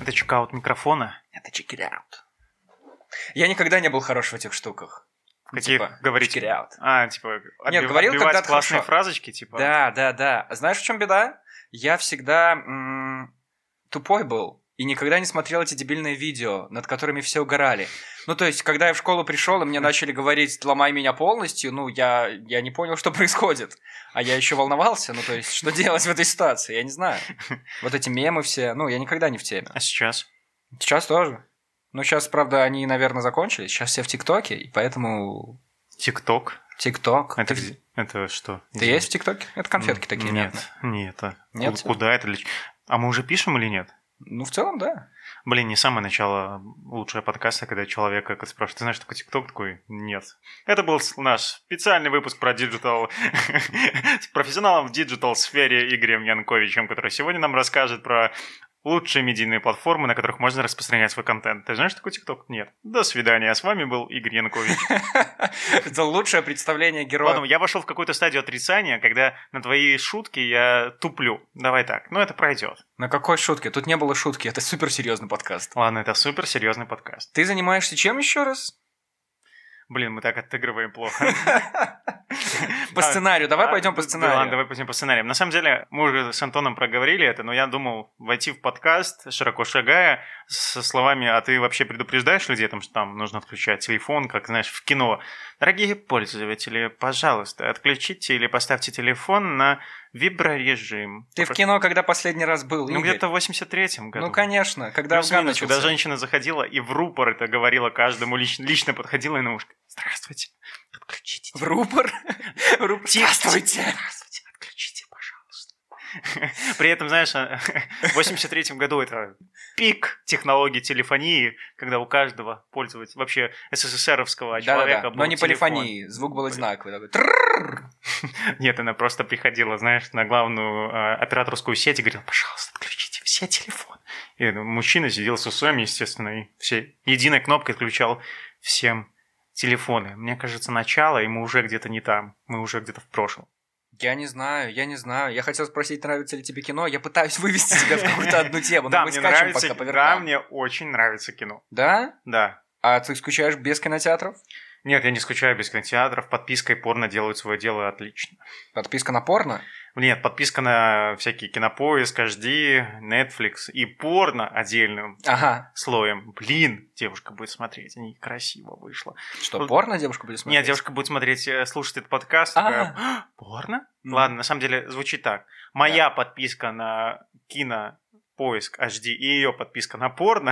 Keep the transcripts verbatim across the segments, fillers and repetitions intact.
Это чекаут микрофона? Это чекираут. Я никогда не был хорош в этих штуках. Каких, типа, говорите? Чекираут. А, типа, отбив... Нет, говорил отбивать когда-то классные хорошо. фразочки, типа? Да, да, да. Знаешь, в чем беда? Я всегда м- тупой был и никогда не смотрел эти дебильные видео, над которыми все угорали. Ну, то есть, когда я в школу пришел, и мне начали говорить «ломай меня полностью», ну, я, я не понял, что происходит. А я еще волновался, ну, то есть, что делать в этой ситуации, я не знаю. Вот эти мемы все, ну, я никогда не в теме. А сейчас? Сейчас тоже. Ну, сейчас, правда, они, наверное, закончились. Сейчас все в ТикТоке, и поэтому... ТикТок? ТикТок. Это Ты... где? Это что? Ты Где? есть в ТикТоке? Это конфетки такие. Нет, мятные. нет. А Нет? Куда это? А мы уже пишем или нет? Ну, в целом, да. Блин, не самое начало лучшего подкаста, когда человек как спрашивает, ты знаешь, что такое ТикТок? Такой, нет. Это был наш специальный выпуск про диджитал с профессионалом в диджитал-сфере Игорем Янковичем, который сегодня нам расскажет про лучшие медийные платформы, на которых можно распространять свой контент. Ты знаешь, что такое ТикТок? Нет. До свидания. С вами был Игорь Янкович. Это лучшее представление героя. Ладно, я вошел в какую-то стадию отрицания, когда на твои шутки я туплю. Давай так. Ну, это пройдет. На какой шутке? Тут не было шутки. Это суперсерьезный подкаст. Ладно, это супер серьезный подкаст. Ты занимаешься чем еще раз? Блин, мы так отыгрываем плохо. По сценарию. Давай пойдем по сценарию. Ладно, давай пойдем по сценарию. На самом деле, мы уже с Антоном проговорили это, но я думал войти в подкаст, широко шагая, со словами, а ты вообще предупреждаешь людей о том, что там нужно отключать телефон, как, знаешь, в кино. Дорогие пользователи, пожалуйста, отключите или поставьте телефон на виброрежим. Ты в кино когда последний раз был, Ну, Игорь? где-то в восемьдесят третьем году. Ну, конечно, когда Афган Плюс-минус, когда начался. женщина заходила и в рупор это говорила каждому, лично, лично подходила и на ушко. Здравствуйте, отключите. В рупор? В рупор. Здравствуйте. Здравствуйте, отключите, пожалуйста. При этом, знаешь, в восемьдесят третьем году это пик технологий телефонии, когда у каждого пользователя, вообще СССРовского человека Да-да-да, был но не телефон. полифонии, звук был одинаковый. Такой. Трррррр. Нет, она просто приходила, знаешь, на главную э, операторскую сеть и говорила, пожалуйста, отключите все телефоны. И ну, мужчина сидел с усами, естественно, и все единой кнопкой отключал всем телефоны. Мне кажется, начало, и мы уже где-то не там, мы уже где-то в прошлом. Я не знаю, я не знаю. Я хотел спросить, нравится ли тебе кино. Я пытаюсь вывести тебя в какую-то одну тему, но Да, мы мне скачем нравится, пока по да, верхам. мне очень нравится кино. Да? Да. А ты скучаешь без кинотеатров? Нет, я не скучаю без кинотеатров. Подписка и порно делают свое дело отлично. Подписка на порно? Нет, подписка на всякие Кинопоиск, эйч ди, Netflix и порно отдельным Ага. слоем. Блин, девушка будет смотреть, они красиво вышло. Что, порно девушка будет смотреть? Нет, девушка будет смотреть, э, слушать этот подкаст. А. Такая, «А, порно? Ну. Ладно, на самом деле звучит так. Моя подписка на Кинопоиск эйч ди и ее подписка на порно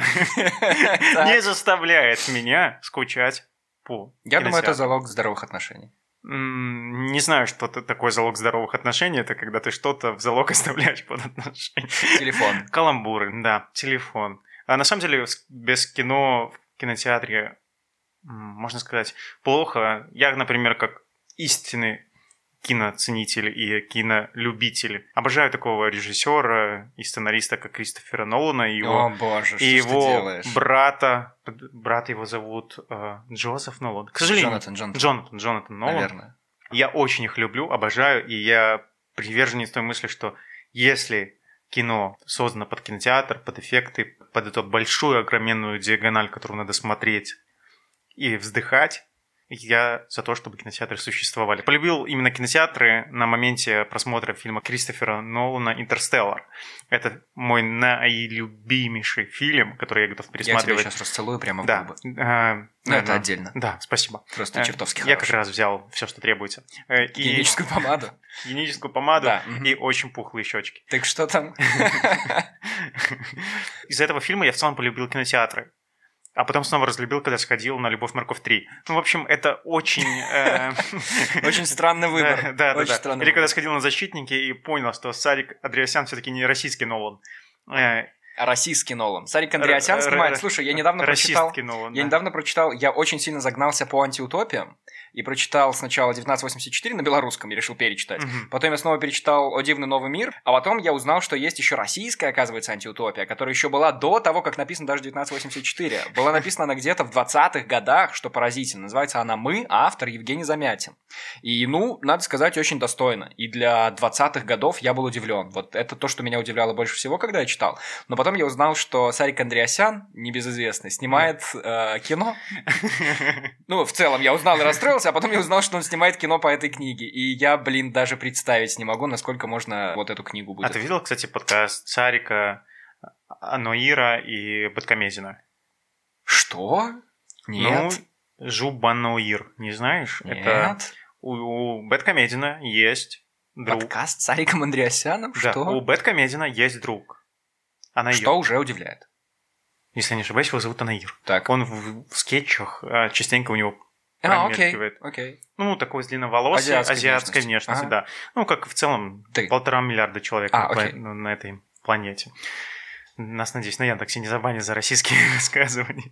не заставляет меня скучать по Я думаю, это кинотеатру. залог здоровых отношений. М, Не знаю, что это такое залог здоровых отношений. Это когда ты что-то в залог оставляешь под отношения. Телефон. Каламбуры, да, телефон. А на самом деле с- без кино в кинотеатре, м, можно сказать, плохо. Я, например, как истинный киноценитель и кинолюбитель, обожаю такого режиссера и сценариста, как Кристофера Нолана и его О боже, что и ж ты его делаешь? брата, брат его зовут э, Джозеф Нолан. К сожалению, Джонатан, Джонатан, Джонатан, Джонатан Нолан. наверное. Я очень их люблю, обожаю, и я приверженец той мысли, что если кино создано под кинотеатр, под эффекты, под эту большую огроменную диагональ, которую надо смотреть и вздыхать, я за то, чтобы кинотеатры существовали. Полюбил именно кинотеатры на моменте просмотра фильма Кристофера Нолана «Интерстеллар». Это мой наилюбимейший фильм, который я готов Я пересматривать. тебя сейчас расцелую прямо в Да. губы. А, Ну, это да. отдельно. Да, спасибо. Просто Э, чертовски Я как хороший. раз взял все, что требуется. Э, И Гигиеническую помаду. гигиеническую помаду Да, мгм. и очень пухлые щечки. Так что там? Из-за этого фильма я в целом полюбил кинотеатры. А потом снова разлюбил, когда сходил на «Любовь, морковь три». Ну, в общем, это очень... э, Очень странный выбор. Да, да, Очень да. странный Или когда выбор. сходил на «Защитники» и понял, что Сарик Андреасян все-таки не российский Нолан. Э, А российский Нолан. Сарик Андреасян р- снимает. р- Слушай, я недавно прочитал... Расистский Нолан, Я да. недавно прочитал, я очень сильно загнался по антиутопиям, и прочитал сначала девятнадцать восемьдесят четыре на белорусском, я решил перечитать. Мгм. Потом я снова перечитал «О дивный новый мир», а потом я узнал, что есть еще российская, оказывается, антиутопия, которая еще была до того, как написана даже девятнадцать восемьдесят четыре. Была написана она где-то в двадцатых годах, что поразительно. Называется она «Мы», а автор Евгений Замятин. И, ну, надо сказать, очень достойно. И для двадцатых годов я был удивлен. Вот это то, что меня удивляло больше всего, когда я читал. Но потом я узнал, что Сарик Андреасян, небезызвестный, снимает э, кино. Ну, в целом, я узнал и расстроился, а потом я узнал, что он снимает кино по этой книге. И я, блин, даже представить не могу, насколько можно вот эту книгу будет. А ты видел, кстати, подкаст Сарика, Аноира и Бэткомедина? Что? Нет. Ну, Жубаноир, не знаешь? Нет. Это у, у Бэткомедина есть друг. Подкаст с Сариком Андреасяном? Да, Что? у Бэткомедина есть друг. Анаир. Что уже удивляет. Если я не ошибаюсь, его зовут Анаир. Так. Он в, в скетчах а, частенько у него А, окей, промелькивает. окей. Ну, такой с длинноволосой, Азиатской азиатской, внешности. внешности, Ага. да. Ну, как в целом Ты. полтора миллиарда человек А, на, окей. на- на этой планете. Нас, надеюсь, на Яндексе не забанят за российские высказывания.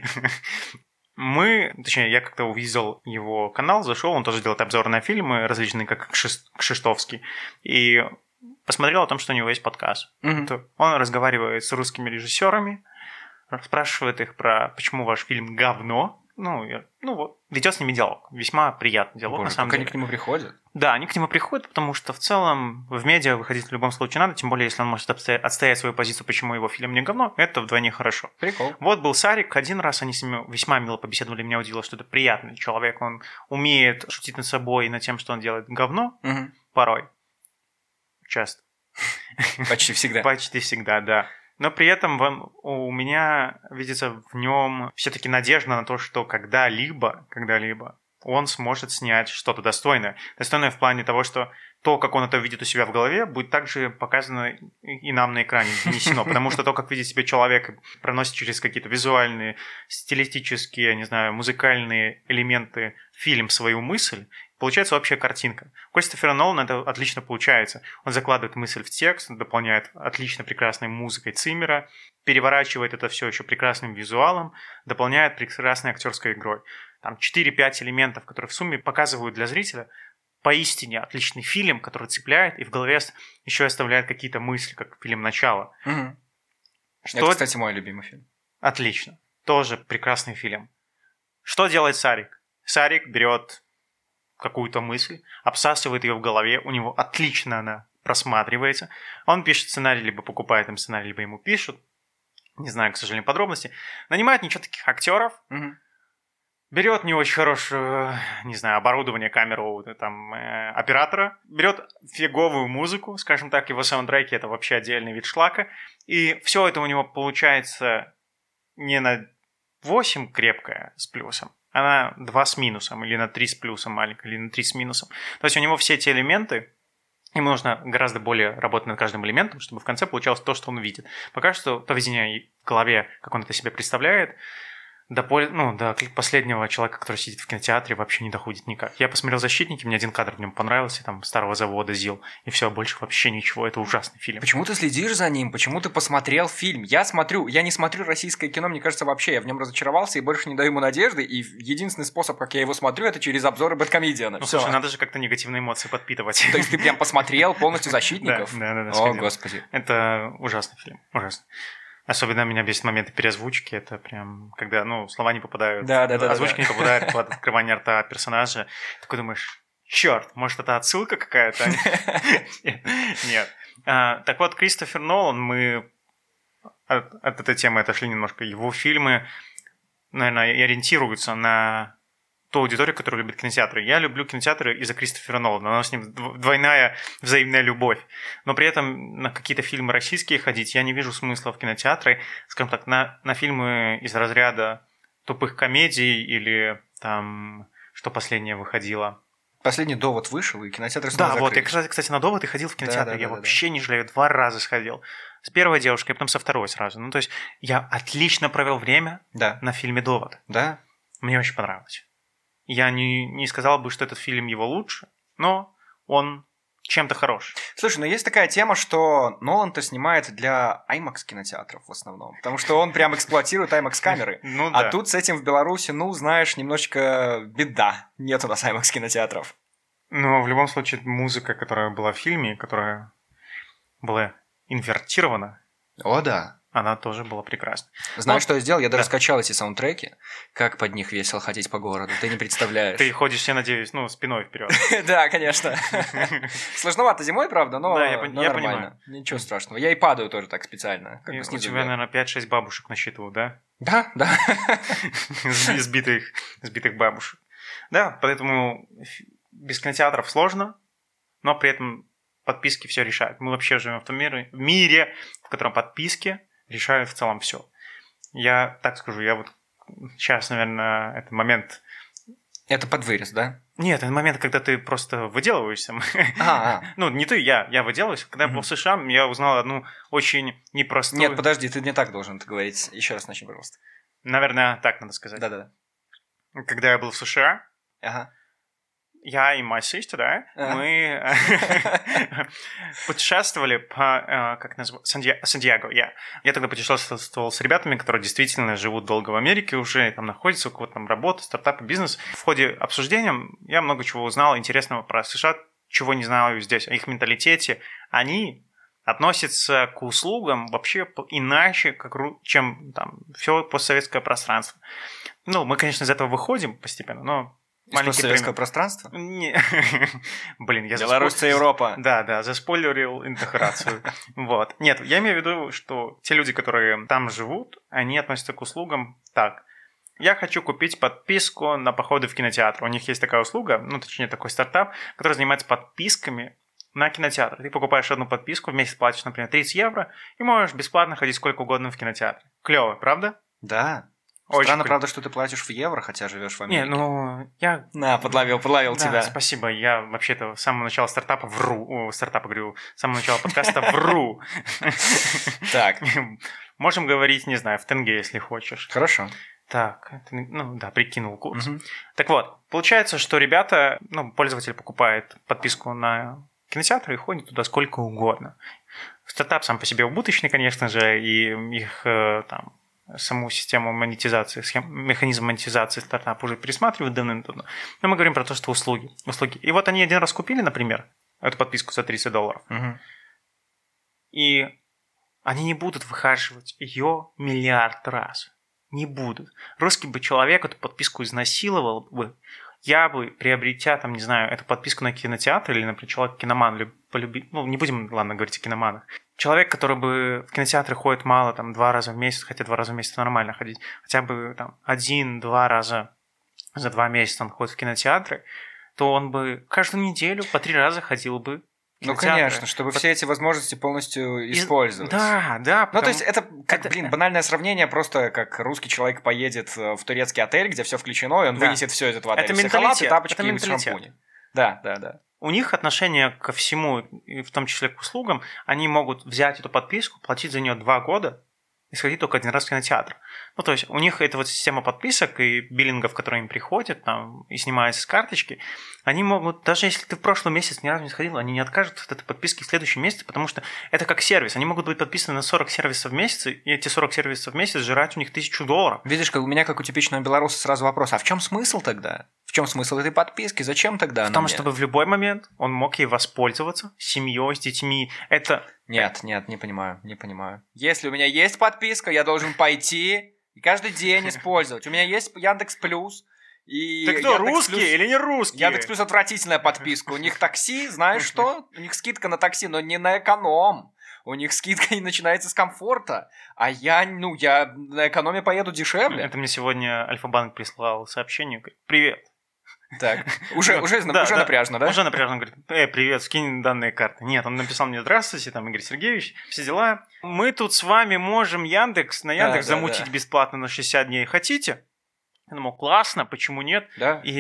Мы, точнее, я как-то увидел его канал, зашел, он тоже делает обзоры на фильмы различные, как Кшис- Кшиштовский, и посмотрел о том, что у него есть подкаст. Мгм. То Он разговаривает с русскими режиссерами, спрашивает их про почему ваш фильм говно. Ну, я- ну вот, ведет с ними диалог. Весьма приятный диалог, Боже, на самом как деле. они к нему приходят? Да, они к нему приходят, потому что в целом в медиа выходить в любом случае надо, тем более, если он может обстоять- отстоять свою позицию, почему его фильм не говно, это вдвойне хорошо. Прикол. Вот был Сарик, один раз они с ним весьма мило побеседовали, меня удивило, что это приятный человек, он умеет шутить над собой и над тем, что он делает говно, Мгм. порой, часто, Почти всегда. почти всегда, да. Но при этом вам- у меня видится в нем все-таки надежда на то, что когда-либо, когда-либо он сможет снять что-то достойное. Достойное в плане того, что то, как он это видит у себя в голове, будет также показано и нам на экране, донесено. Потому что то, как видит себя человек, проносит через какие-то визуальные, стилистические, не знаю, музыкальные элементы фильм свою мысль, получается общая картинка. У Кристофера Нолана это отлично получается. Он закладывает мысль в текст, дополняет отлично прекрасной музыкой Циммера, переворачивает это все еще прекрасным визуалом, дополняет прекрасной актерской игрой. Там четыре-пять элементов, которые в сумме показывают для зрителя поистине отличный фильм, который цепляет и в голове еще оставляет какие-то мысли, как фильм «Начало». Мгм. Что Это, кстати, мой любимый фильм. Отлично. Тоже прекрасный фильм. Что делает Сарик? Сарик берет какую-то мысль, обсасывает ее в голове, у него отлично она просматривается. Он пишет сценарий, либо покупает им сценарий, либо ему пишут. Не знаю, к сожалению, подробности. Нанимает ничего таких актеров, Мгм. берет не очень хорошее, не знаю, оборудование, камеру, там, э, оператора, берет фиговую музыку, скажем так, его саундтреки — это вообще отдельный вид шлака, и все это у него получается не на восемь крепкая с плюсом, а на два с минусом, или на три с плюсом маленькая, или на три с минусом. То есть у него все эти элементы, ему нужно гораздо более работать над каждым элементом, чтобы в конце получалось то, что он видит. Пока что то видение в голове, как он это себе представляет, до, пол- ну, до последнего человека, который сидит в кинотеатре, вообще не доходит никак. Я посмотрел «Защитники», мне один кадр в нем понравился, там, старого завода ЗИЛ, и все, больше вообще ничего, это ужасный фильм. Почему ты следишь за ним? Почему ты посмотрел фильм? Я смотрю, я не смотрю российское кино, мне кажется, вообще. Я в нем разочаровался и больше не даю ему надежды. И единственный способ, как я его смотрю, это через обзоры Бэткомедиана. Ну, Всё. слушай, надо же как-то негативные эмоции подпитывать. То есть ты прям посмотрел полностью «Защитников»? Да, да, да, О, сходил. господи. Это ужасный фильм, ужасный. Особенно меня бесит моменты переозвучки. Это прям, когда, ну, слова не попадают. Да, да, да, Озвучка да, не попадает под открывание рта персонажа. Такой думаешь, черт, может, это отсылка какая-то? Нет. Нет. А, Так вот, Кристофер Нолан, мы от от этой темы отошли немножко. Его фильмы, наверное, и ориентируются на ту аудиторию, которая любит кинотеатры. Я люблю кинотеатры из-за Кристофера Нолана. У нас с ним дв- двойная взаимная любовь. Но при этом на какие-то фильмы российские ходить я не вижу смысла в кинотеатры. Скажем так, на, на фильмы из разряда тупых комедий или там, что последнее выходило. Последний довод вышел, и кинотеатры снова Да, вот, я, закрылись. кстати, кстати, на довод и ходил в кинотеатр. Да, да, я да, вообще не жалею. Два раза сходил. С первой девушкой, а потом со второй сразу. Ну, то есть я отлично провел время Да, на фильме «Довод». да. Мне очень понравилось. Я не, не сказал бы, что этот фильм его лучше, но он чем-то хорош. Слушай, ну есть такая тема, что Нолан-то снимает для IMAX кинотеатров в основном, потому что он прям эксплуатирует IMAX камеры. Ну да. А тут с этим в Беларуси, ну, знаешь, немножечко беда. Нет у нас IMAX кинотеатров. Но в любом случае музыка, которая была в фильме, которая была инвертирована, О, да. она тоже была прекрасна. Знаешь, Ну, что я сделал? Я даже да. скачал эти саундтреки, как под них весело ходить по городу. Ты не представляешь. Ты ходишь, я надеюсь, ну, спиной вперед. Да, конечно. Сложновато зимой, правда, но Да, я пон- но я нормально. Ничего страшного. Я и падаю тоже так специально. Как И бы у снизу тебя, вверх. наверное, пять-шесть бабушек насчитывал, да? Да, да. Сбитых, сбитых бабушек. Да, поэтому ф- без кинотеатров сложно, но при этом подписки все решают. Мы вообще живем в том мире, в мире, в котором подписки решают в целом все. Я так скажу, я вот сейчас, наверное, это момент... Это под вырез, да? Нет, это момент, когда ты просто выделываешься. А, а. Ну, не ты, я. Я выделываюсь. Когда я был в США, я узнал одну очень непростую... Нет, подожди, ты не так должен это говорить. Еще раз начни, пожалуйста. Наверное, так надо сказать. Да-да-да. Когда я был в США, Ага. я и моя сестра, да, Ага. мы путешествовали по, э, как называется, Сан-Ди- Сан-Диего. Я, я тогда путешествовал с ребятами, которые действительно живут долго в Америке уже, там находятся, у кого-то там работа, стартапы, бизнес. В ходе обсуждения я много чего узнал интересного про США, чего не знал здесь, о их менталитете. Они относятся к услугам вообще по- иначе, как, ру- чем там все постсоветское пространство. Ну, мы, конечно, из этого выходим постепенно, но Из маленький постсоветского пример. пространства? Не. Блин, я Беларусь, заспо- Европа. Да, да, заспойлерил интеграцию. Вот. Нет, я имею в виду, что те люди, которые там живут, они относятся к услугам так. Я хочу купить подписку на походы в кинотеатр. У них есть такая услуга, ну, точнее, такой стартап, который занимается подписками на кинотеатр. Ты покупаешь одну подписку, в месяц платишь, например, тридцать евро, и можешь бесплатно ходить сколько угодно в кинотеатр. Клево, правда? Да. Очень Странно, клево. правда, что ты платишь в евро, хотя живешь в Не, Америке. ну, я На, подловил, подловил Да, тебя. спасибо. Я вообще-то с самого начала стартапа вру. О, стартапа, говорю, с самого начала подкаста вру. Так, Можем говорить, не знаю, в тенге, если хочешь. хорошо. Так, это, ну да, прикинул курс. Мгм. Так вот, получается, что ребята, ну, пользователь покупает подписку на кинотеатр и ходит туда сколько угодно. Стартап сам по себе убыточный, конечно же, и их э, там саму систему монетизации, схем, механизм монетизации стартапа уже пересматривают давным-давно. Но мы говорим про то, что услуги. услуги. И вот они один раз купили, например, эту подписку за тридцать долларов, Мгм. и они не будут выхаживать ее миллиард раз. Не будут. Русский бы человек эту подписку изнасиловал бы. Я бы, приобретя, там, не знаю, эту подписку на кинотеатр, или, например, человек-киноман, люб- полюбит, ну, не будем, ладно, говорить о киноманах. Человек, который бы в кинотеатры ходит мало, там, два раза в месяц, хотя два раза в месяц нормально ходить, хотя бы, там, один-два раза за два месяца он ходит в кинотеатры, то он бы каждую неделю по три раза ходил бы в Ну, кинотеатры. конечно, чтобы По- все эти возможности полностью И- использовать. Да, да. Ну, потому- то есть, это, как, это- блин, банальное сравнение, просто как русский человек поедет э, в турецкий отель, где все включено, и он Да. вынесет все из этого отеля. Это Все халаты, менталитет, тапочки это и менталитет. шампуни. Да, да, да. У них отношение ко всему, и в том числе к услугам, они могут взять эту подписку, платить за нее два года и сходить только один раз в кинотеатр. Ну, то есть у них эта вот система подписок и биллингов, которые им приходят, там, и снимаются с карточки, они могут, даже если ты в прошлый месяц ни разу не сходил, они не откажут от этой подписки в следующем месяце, потому что это как сервис. Они могут быть подписаны на сорок сервисов в месяц, и эти сорок сервисов в месяц жрать у них тысячу долларов. Видишь, как у меня, как у типичного белоруса, сразу вопрос, а в чем смысл тогда? В чем смысл этой подписки? Зачем тогда В она том, мне? чтобы в любой момент он мог ей воспользоваться с семьей, с детьми. Это Нет, нет, не понимаю, не понимаю. Если у меня есть подписка, я должен пойти и каждый день использовать. У меня есть Яндекс Плюс. И Ты кто, Яндекс русский Плюс- или не русский? Яндекс Плюс отвратительная подписка. У них такси, знаешь что? У них скидка на такси, но не на эконом. У них скидка не начинается с комфорта. А я, ну, я на экономе поеду дешевле. Это мне сегодня Альфа-банк прислал сообщение. Говорит, привет. Так, уже, уже, Да, уже да. напряжно, да? Уже напряжно. Говорит, э, привет, скинь данные карты. Нет, он написал мне, здравствуйте, там, Игорь Сергеевич, все дела. Мы тут с вами можем Яндекс, на Яндекс да, замутить да. бесплатно на шестьдесят дней. Хотите? Я думал, классно, почему нет? Да. И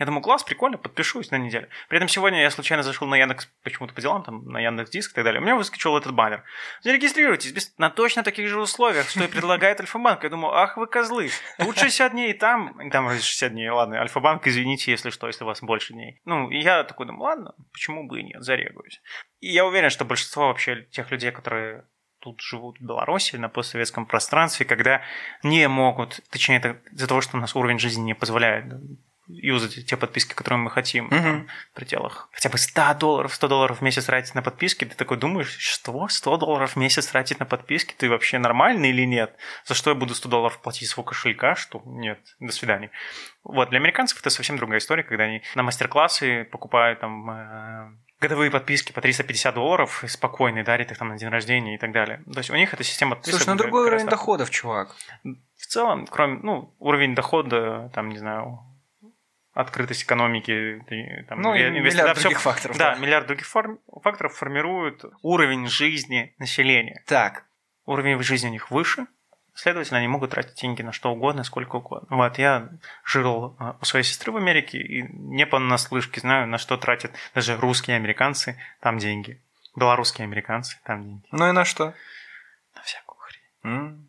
Я думаю, класс, прикольно, подпишусь на неделю. При этом сегодня я случайно зашел на Яндекс, почему-то по делам, там, на Яндекс.Диск и так далее. У меня выскочил этот баннер. Зарегистрируйтесь без... на точно таких же условиях, что и предлагает Альфа-банк. Я думаю, ах вы козлы, тут шестьдесят дней, там, там разве шестьдесят дней, ладно, Альфа-банк, извините, если что, если у вас больше дней. Ну, и я такой думаю, ладно, почему бы и нет, зарегаюсь. И я уверен, что большинство вообще тех людей, которые тут живут в Беларуси, на постсоветском пространстве, когда не могут, точнее, это из-за того, что у нас уровень жизни не позволяет юзать те подписки, которые мы хотим, Угу. там, в пределах хотя бы сто долларов, сто долларов в месяц тратить на подписки, ты такой думаешь, что сто долларов в месяц тратить на подписки, ты вообще нормальный или нет? За что я буду сто долларов платить из своего кошелька? Что? Нет, до свидания. Вот, для американцев это совсем другая история, когда они на мастер-классы покупают там э, годовые подписки по триста пятьдесят долларов и спокойно дарят их там на день рождения и так далее. То есть у них эта система подписок... Слушай, ну другой уровень доходов, чувак. В целом, кроме, ну, уровень дохода, там, не знаю, открытость экономики, там, ну, и инвести... миллиард да, других всё... факторов. Да, да. миллиард других форм... факторов формируют уровень жизни населения. Так. Уровень жизни у них выше, следовательно, они могут тратить деньги на что угодно, сколько угодно. Вот, я жил у своей сестры в Америке и не понаслышке знаю, на что тратят даже русские американцы, там деньги. Белорусские американцы, там деньги. Ну и на что? На всякую хрень. М?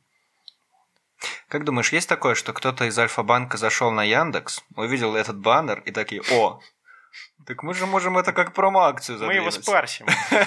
Как думаешь, есть такое, что кто-то из Альфа-банка зашел на Яндекс, увидел этот баннер и такие, о, так мы же можем это как промо-акцию задвинуть. Мы его спарсим.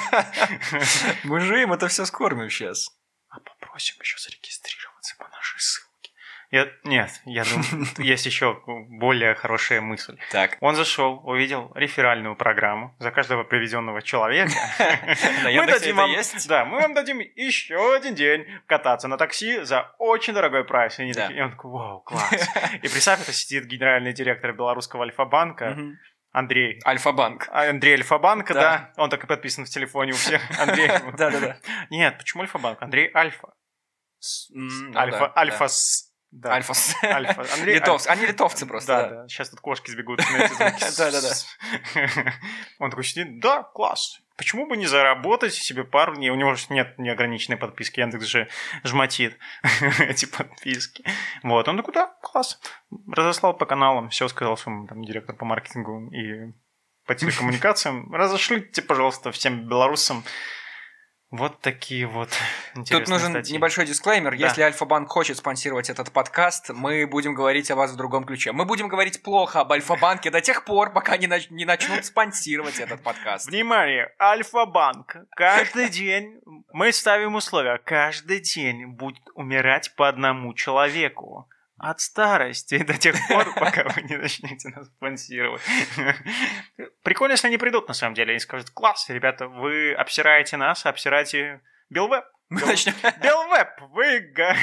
Мы же им это все скормим сейчас. А попросим еще зарегистрироваться по нашей ссылке. Я... Нет, я думаю, есть еще более хорошая мысль. Так. Он зашел, увидел реферальную программу за каждого приведенного человека. Мы дадим вам... Да, мы вам дадим еще один день кататься на такси за очень дорогой прайс. И он такой, вау, класс. И представь, это сидит генеральный директор белорусского Альфа-банка, Андрей. Альфа-банк. Андрей Альфа-банка, да. да. Он так и подписан в телефоне у всех. Андрей. Да-да-да. Нет, почему Альфа-банк? Андрей Альфа. Mm, Альфа, да, Альфа-с. Да. Альфа-с. Альфа. Андрей, Литовцы. Они литовцы просто, да. Да, да. Сейчас тут кошки сбегут на эти звуки. Да-да-да. Он такой сидит, да, класс. Почему бы не заработать себе пару дней? У него же нет неограниченной подписки. Яндекс же жмотит эти подписки. Вот, он такой, да, класс. Разослал по каналам, все сказал своему там, директору по маркетингу и по телекоммуникациям. Разошлите, пожалуйста, всем белорусам. Вот такие вот интересные Тут нужен статьи. Небольшой дисклеймер. Да. Если Альфа-банк хочет спонсировать этот подкаст, мы будем говорить о вас в другом ключе. Мы будем говорить плохо об Альфа-банке до тех пор, пока не, нач- не начнут спонсировать этот подкаст. Внимание, Альфа-банк. Каждый день мы ставим условия. Каждый день будет умирать по одному человеку. От старости до тех пор, пока вы не начнете нас спонсировать. Прикольно, если они придут, на самом деле, и скажут, класс, ребята, вы обсираете нас, обсираете Белвеб. Мы начнем. Белвеб, вы... га-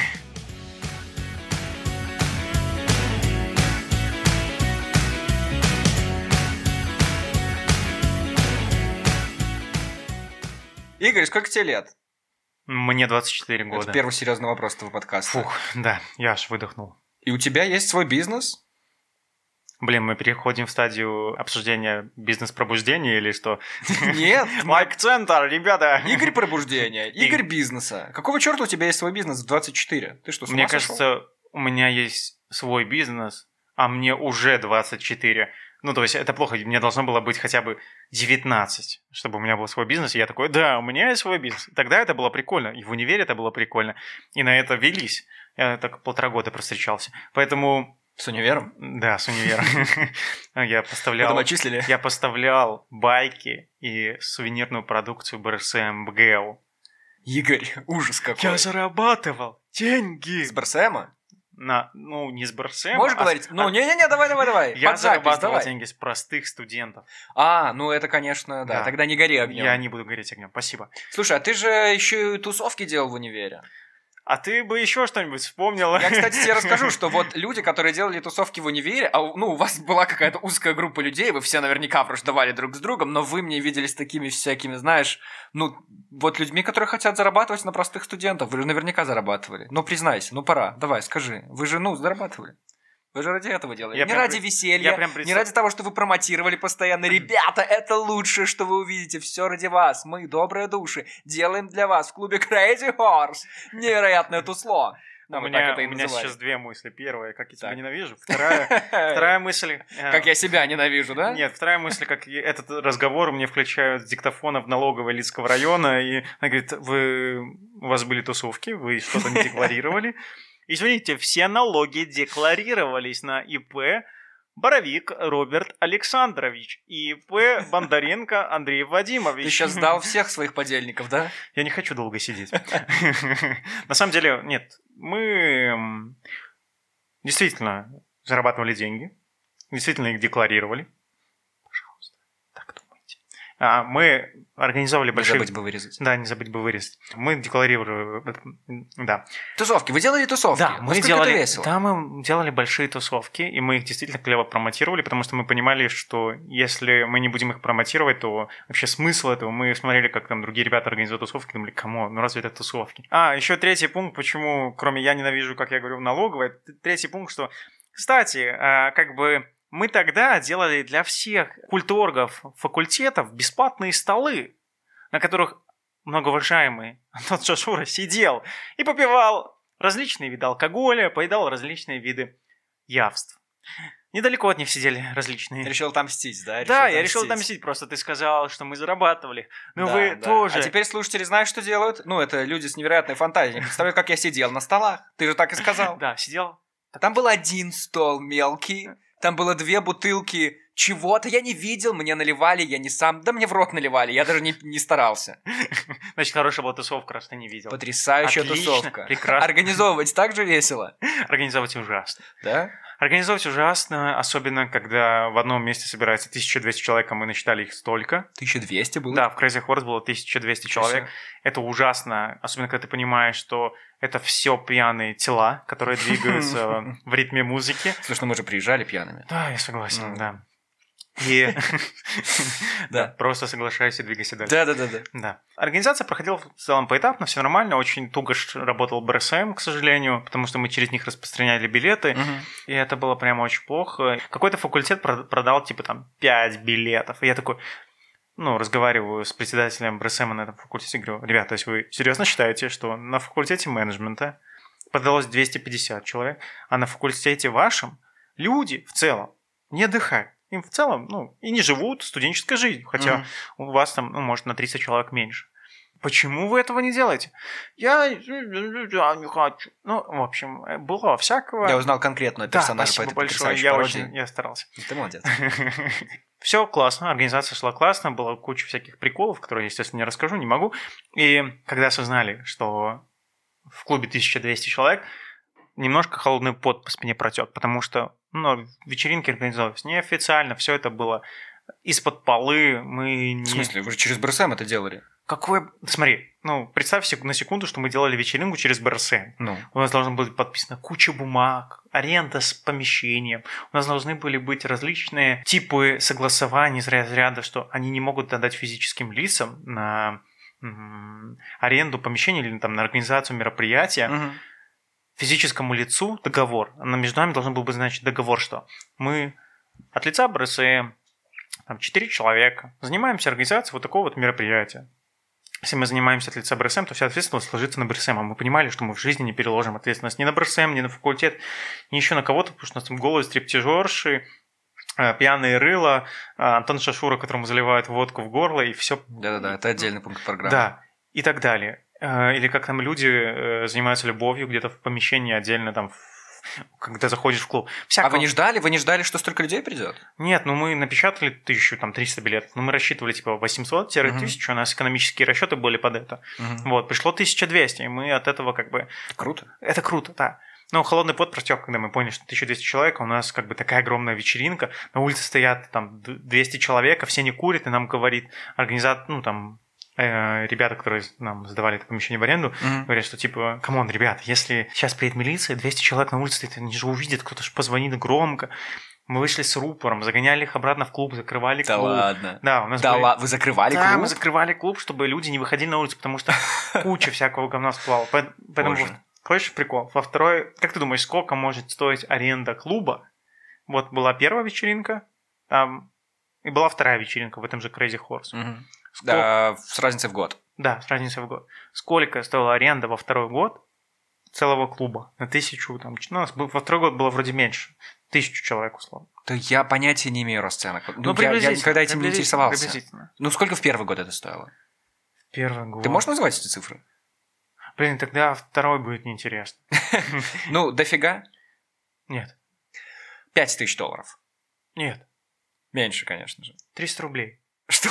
Игорь, сколько тебе лет? Мне двадцать четыре года. Это первый серьезный вопрос этого подкаста. Фух, да, я аж выдохнул. И у тебя есть свой бизнес? Блин, мы переходим в стадию обсуждения бизнес-пробуждения или что? Нет. Лайк-центр, ребята! Игорь пробуждения, Игорь бизнеса. Какого черта у тебя есть свой бизнес в двадцать четыре? Ты что, с ума Мне сошел? кажется, у меня есть свой бизнес, а мне уже двадцать четыре. Ну, то есть это плохо, мне должно было быть хотя бы девятнадцать, чтобы у меня был свой бизнес. И я такой, да, у меня есть свой бизнес. Тогда это было прикольно, и в универе это было прикольно. И на это велись. Я так полтора года простречался. Поэтому... С универом? Да, с универом. Я поставлял... Потом отчислили? Я поставлял байки и сувенирную продукцию БРСМ БГЭУ. Игорь, ужас какой. Я зарабатывал деньги. С БРСМа? На, ну, не с БРСМ. Можешь а говорить? С... Ну, не-не-не, давай-давай-давай. Я Под запись, зарабатывал давай. деньги с простых студентов. А, ну это, конечно, да. Да. Тогда не гори огнем. Я не буду гореть огнем, спасибо. Слушай, а ты же еще и тусовки делал в универе. А ты бы еще что-нибудь вспомнил? Я, кстати, тебе расскажу, что вот люди, которые делали тусовки в универе, а ну, у вас была какая-то узкая группа людей, вы все наверняка враждовали друг с другом, но вы мне виделись такими всякими, знаешь, ну, вот людьми, которые хотят зарабатывать на простых студентов. Вы же наверняка зарабатывали. Ну, признайся, ну, пора, давай, скажи. Вы же, ну, зарабатывали. Вы же ради этого делали. Я не прям ради пред- веселья, я прям представ- не ради того, что вы промотировали постоянно. Ребята, это лучшее, что вы увидите. Все ради вас. Мы, добрые души, делаем для вас в клубе Crazy Horse невероятное тусло. Ну, у вот меня, так это и у меня называли. сейчас две мысли. Первая, как я тебя Так. ненавижу. Вторая, вторая мысль... э, Как я себя ненавижу, да? Нет, вторая мысль, как и этот разговор мне включают с диктофонов налоговой Лидского района, и она говорит, вы, у вас были тусовки, вы что-то не декларировали. Извините, все налоги декларировались на ИП Боровик Роберт Александрович и ИП Бондаренко Андрей Вадимович. Ты сейчас сдал всех своих подельников, да? Я не хочу долго сидеть. На самом деле, нет, мы действительно зарабатывали деньги, действительно их декларировали. Пожалуйста, так думайте. А мы организовали Не большие... забыть бы вырезать. Да, не забыть бы вырезать. Мы декларировали... Да. Тусовки. Вы делали тусовки? Да, мы Насколько делали... это весело? Да, мы делали большие тусовки, и мы их действительно клево промотировали, потому что мы понимали, что если мы не будем их промотировать, то вообще смысл этого... Мы смотрели, как там другие ребята организуют тусовки, думали, кому? Ну разве это тусовки? А, еще третий пункт, почему, кроме «я ненавижу», как я говорю, налоговой, третий пункт, что... Кстати, как бы... Мы тогда делали для всех культоргов факультетов бесплатные столы, на которых многоуважаемый Антон Шашура сидел и попивал различные виды алкоголя, поедал различные виды явств. Недалеко от них сидели различные... Решил отомстить, да? Да, я решил отомстить, просто ты сказал, что мы зарабатывали. Но Да, вы да. тоже... А теперь слушатели знают, что делают? Ну, это люди с невероятной фантазией. Не представляю, как я сидел на столах. Ты же так и сказал. Да, сидел. Там был один стол мелкий, там было две бутылки чего-то, я не видел, мне наливали, я не сам, да мне в рот наливали, я даже не, не старался. Значит, хорошая была тусовка, раз ты не видел. Потрясающая Отлично, тусовка. прекрасно. Организовывать так же весело. Организовать ужасно. Да? Организовать ужасно, особенно когда в одном месте собирается тысяча двести человек, а мы насчитали их столько. тысяча двести было? Да, в Crazy Horse было тысяча двести человек. Это ужасно, особенно когда ты понимаешь, что это все пьяные тела, которые двигаются в ритме музыки. Слушай, ну мы же приезжали пьяными. Да, я согласен, да. И да, просто соглашайся, двигайся дальше. Да-да-да. Да. Организация проходила в целом поэтапно, все нормально. Очень туго работал БРСМ, к сожалению, потому что мы через них распространяли билеты, и это было прямо очень плохо. Какой-то факультет продал типа там пять билетов, и я такой... Ну, разговариваю с председателем БРСМ на этом факультете, говорю, ребята, то есть вы серьезно считаете, что на факультете менеджмента продалось двести пятьдесят человек, а на факультете вашем люди в целом не отдыхают? Им в целом, ну, и не живут студенческой жизнью, хотя mm-hmm. у вас там, ну, может, на тридцать человек меньше. Почему вы этого не делаете? Я, я не хочу. Ну, в общем, было всякого. Я узнал конкретного персонажа, да, по этой большое. Я очень, я старался. Ты молодец. Все классно, организация шла классно, была куча всяких приколов, которые, естественно, не расскажу, не могу. И когда осознали, что в клубе тысяча двести человек, немножко холодный пот по спине протек, потому что ну, вечеринки организовывались неофициально, все это было из-под полы. Мы не... В смысле, вы же через БРСМ это делали? Какое... Смотри, ну, представь на секунду, что мы делали вечеринку через БРСМ. Ну. У нас должна быть подписана куча бумаг, аренда с помещением. У нас должны были быть различные типы согласований из разряда, что они не могут отдать физическим лицам на м- аренду помещения или там, на организацию мероприятия. Угу. Физическому лицу договор. Между нами должен был быть, значит, договор, что мы от лица БРСМ, там, четыре человека, занимаемся организацией вот такого вот мероприятия. Если мы занимаемся от лица БРСМ, то вся ответственность ложится на БРСМ. А мы понимали, что мы в жизни не переложим ответственность ни на БРСМ, ни на факультет, ни еще на кого-то, потому что у нас там голые стриптижерши, пьяные рыла, Антон Шашура, которому заливают водку в горло, и все. Да-да-да, это отдельный пункт программы. Да, и так далее. Или как там люди занимаются любовью где-то в помещении отдельно, там, когда заходишь в клуб. Всякого... А вы не ждали? Вы не ждали, что столько людей придет? Нет, ну мы напечатали тысячу, там, триста билетов, но мы рассчитывали, типа, восемьсот-тысячу, uh-huh. у нас экономические расчеты были под это. Uh-huh. Вот, пришло тысяча двести, и мы от этого как бы... Круто. Это круто, да. Но холодный пот протек, когда мы поняли, что тысяча двести человек, а у нас как бы такая огромная вечеринка, на улице стоят там двести человек, а все не курят, и нам говорит организатор, ну, там... ребята, которые нам сдавали это помещение в аренду, mm-hmm. говорят, что типа, камон, ребят, если сейчас приедет милиция, двести человек на улице стоит, они же увидят, кто-то же позвонит громко. Мы вышли с рупором, загоняли их обратно в клуб, закрывали да клуб. Да ладно? Да, у нас да были... ладно, вы закрывали да, клуб? Да, мы закрывали клуб, чтобы люди не выходили на улицу, потому что куча всякого говна всплала. Поэтому, хочешь прикол? Во второй, как ты думаешь, сколько может стоить аренда клуба? Вот была первая вечеринка, там, и была вторая вечеринка в этом же Crazy Horse. Mm-hmm. Сколько... Да, с разницей в год. Да, с разницей в год. Сколько стоила аренда во второй год? целого клуба на тысячу, там, ну, у нас был, во второй год было вроде меньше, тысячу человек, условно. То я понятия не имею расценок. Ну, Ну, я, я никогда этим не интересовался. Приблизительно. Ну, сколько в первый год это стоило? Первый год. Ты можешь назвать эти цифры? Блин, тогда второй будет неинтересно. Ну, дофига? Нет. Пять тысяч долларов. Нет. Меньше, конечно же. триста рублей. Что?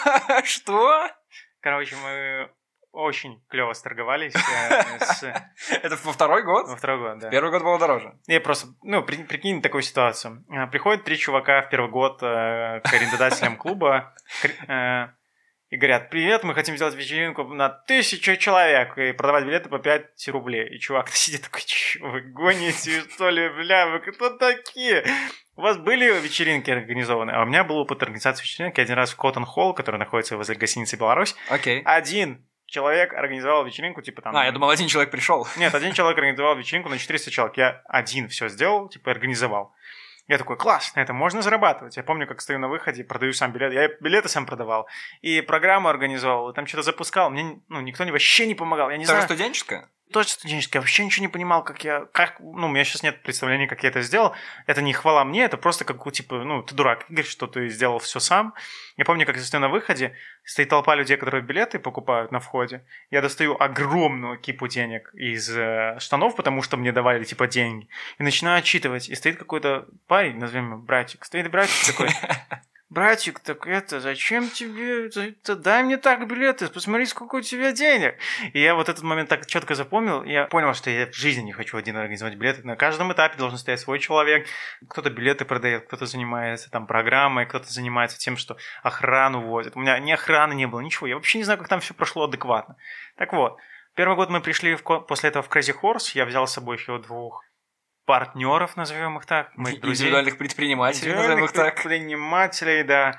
Что? Короче, мы очень клево сторговались. э, с- Это во второй год? Во второй год, да. Первый год было дороже. Я просто, ну, при- прикинь такую ситуацию. Э, Приходят три чувака в первый год э, к арендодателям клуба к- э, и говорят: привет, мы хотим сделать вечеринку на тысячу человек и продавать билеты по пять рублей. И чувак сидит такой: чё, вы гоните, что ли, бля, вы кто такие? У вас были вечеринки организованы? А у меня был опыт организации вечеринок. Я один раз в Коттон Холл, который находится возле гостиницы «Беларусь», Окей. один человек организовал вечеринку, типа там... А, я думал, один человек пришел. Нет, один человек организовал вечеринку на четыреста человек. Я один все сделал, типа организовал. Я такой: класс, на этом можно зарабатывать. Я помню, как стою на выходе, продаю сам билет. Я билеты сам продавал. И программу организовал, и там что-то запускал. Мне, ну, никто не, вообще не помогал. Я не Тоже знаю... студенческая? Тоже студенческий. Я вообще ничего не понимал, как я... Как, ну, у меня сейчас нет представления, как я это сделал. Это не хвала мне, это просто как, типа, ну, ты дурак, Игорь, что ты сделал все сам. Я помню, как я стою на выходе, стоит толпа людей, которые билеты покупают на входе. Я достаю огромную кипу денег из э, штанов, потому что мне давали, типа, деньги. И начинаю отчитывать. И стоит какой-то парень, назовем его братик. Стоит братик такой: братик, так это, зачем тебе это? Дай мне так билеты, посмотри, сколько у тебя денег. И я вот этот момент так четко запомнил. Я понял, что я в жизни не хочу один организовать билеты. На каждом этапе должен стоять свой человек. Кто-то билеты продает, кто-то занимается там программой, кто-то занимается тем, что охрану возит. У меня ни охраны не было, ничего. Я вообще не знаю, как там все прошло адекватно. Так вот, первый год мы пришли в, после этого в Crazy Horse. Я взял с собой еще двух партнеров, назовем их так, моих друзей. Индивидуальных предпринимателей, назовем их так. Предпринимателей, да,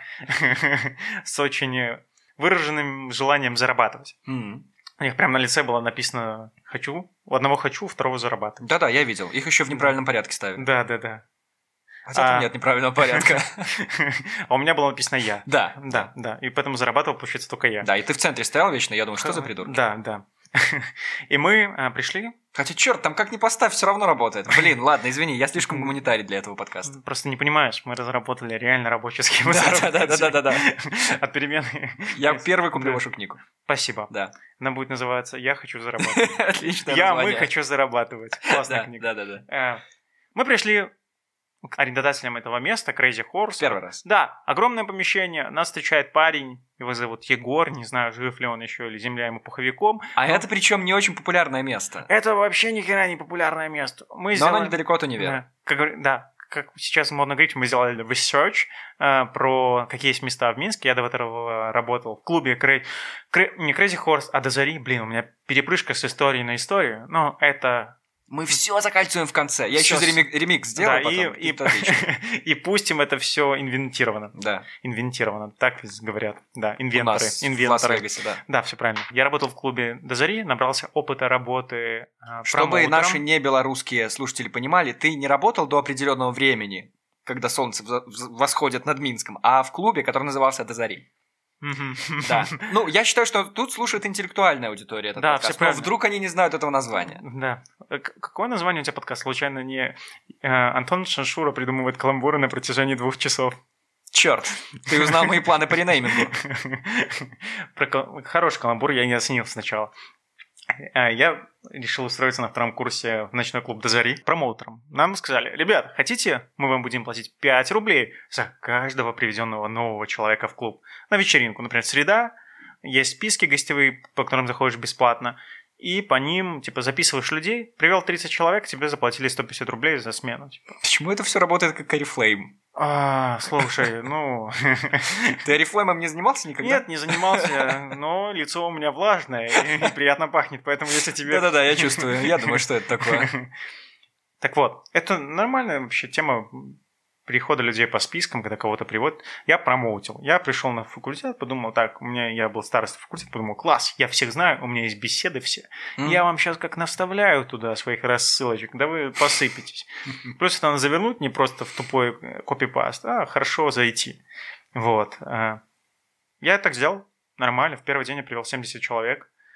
с очень выраженным желанием зарабатывать. Mm. У них прямо на лице было написано «хочу». У одного «хочу», у второго «зарабатывать». Да-да, я видел. Их еще в неправильном порядке ставят. Да-да-да. Хотя там нет неправильного порядка. А у меня было написано «я». Да. Да, да. И поэтому зарабатывал, получается, только я. Да, и ты в центре стоял вечно, я думаю, что за придурки? Да, да. И мы а, пришли. Хотя, черт, там как ни поставь, все равно работает. Блин, ладно, извини, я слишком гуманитарий для этого подкаста. Просто не понимаешь, мы разработали реально рабочую схему. Да-да-да-да-да. От перемены. Я первый куплю вашу книгу. Спасибо. Да. Она будет называться «Я хочу зарабатывать». Отлично. Я, мы хочу зарабатывать. Классная книга. Да-да-да. Мы пришли к арендодателям этого места, Crazy Horse. Первый раз. Да, огромное помещение. Нас встречает парень, его зовут Егор, не знаю, жив ли он еще, или земля ему пуховиком. А но... это причем не очень популярное место. Это вообще ни хера не популярное место. Мы Но сделали... оно недалеко от универа. Да, как, да, как сейчас модно говорить, мы сделали research э, про какие есть места в Минске. Я до этого работал в клубе Cra... Cra... не Crazy Horse, а до зари. Блин, у меня перепрыжка с истории на историю. Но это... Мы все закольцуем в конце. Я Всё еще ремик, ремикс сделаю да, потом. И, и, и пустим это все инвентировано. Да. Инвентировано, так говорят. Да, инвенторы. У нас инвенторы. в Лас-Вегасе, да. Да, все правильно. Я работал в клубе до зари, набрался опыта работы э, Чтобы промоутером. наши небелорусские слушатели понимали, ты не работал до определенного времени, когда солнце восходит над Минском, а в клубе, который назывался «До зари». Да. Ну, я считаю, что тут слушает интеллектуальная аудитория этот да, подкаст, все но правильно. вдруг они не знают этого названия. Да. Какое название у тебя подкаста? Случайно не э, Антон Шаншура придумывает каламбуры на протяжении двух часов? Черт, ты узнал мои планы по ренеймингу. Хороший каламбур, я не оценил сначала. Я решил устроиться на втором курсе в ночной клуб до зари промоутером. Нам сказали: ребят, хотите, мы вам будем платить пять рублей за каждого приведенного нового человека в клуб. На вечеринку, например, среда, есть списки гостевые, по которым заходишь бесплатно, и по ним, типа, записываешь людей, привел тридцать человек, тебе заплатили сто пятьдесят рублей за смену. Типа. Почему это все работает как Oriflame? А, слушай, ну... Ты Oriflame не занимался никогда? Нет, не занимался, но лицо у меня влажное и приятно пахнет, поэтому если тебе... Да-да-да, я чувствую, я думаю, что это такое. Так вот, это нормальная вообще тема перехода людей по спискам, когда кого-то приводят. Я промоутил. Я пришел на факультет, подумал, так, у меня я был старостой факультета, подумал, класс, я всех знаю, у меня есть беседы все. Mm. Я вам сейчас как наставляю туда своих рассылочек, да вы посыпетесь. Плюс это надо завернуть не просто в тупой копипаст, а хорошо зайти. Вот. Я так сделал, нормально. В первый день я привел семьдесят человек.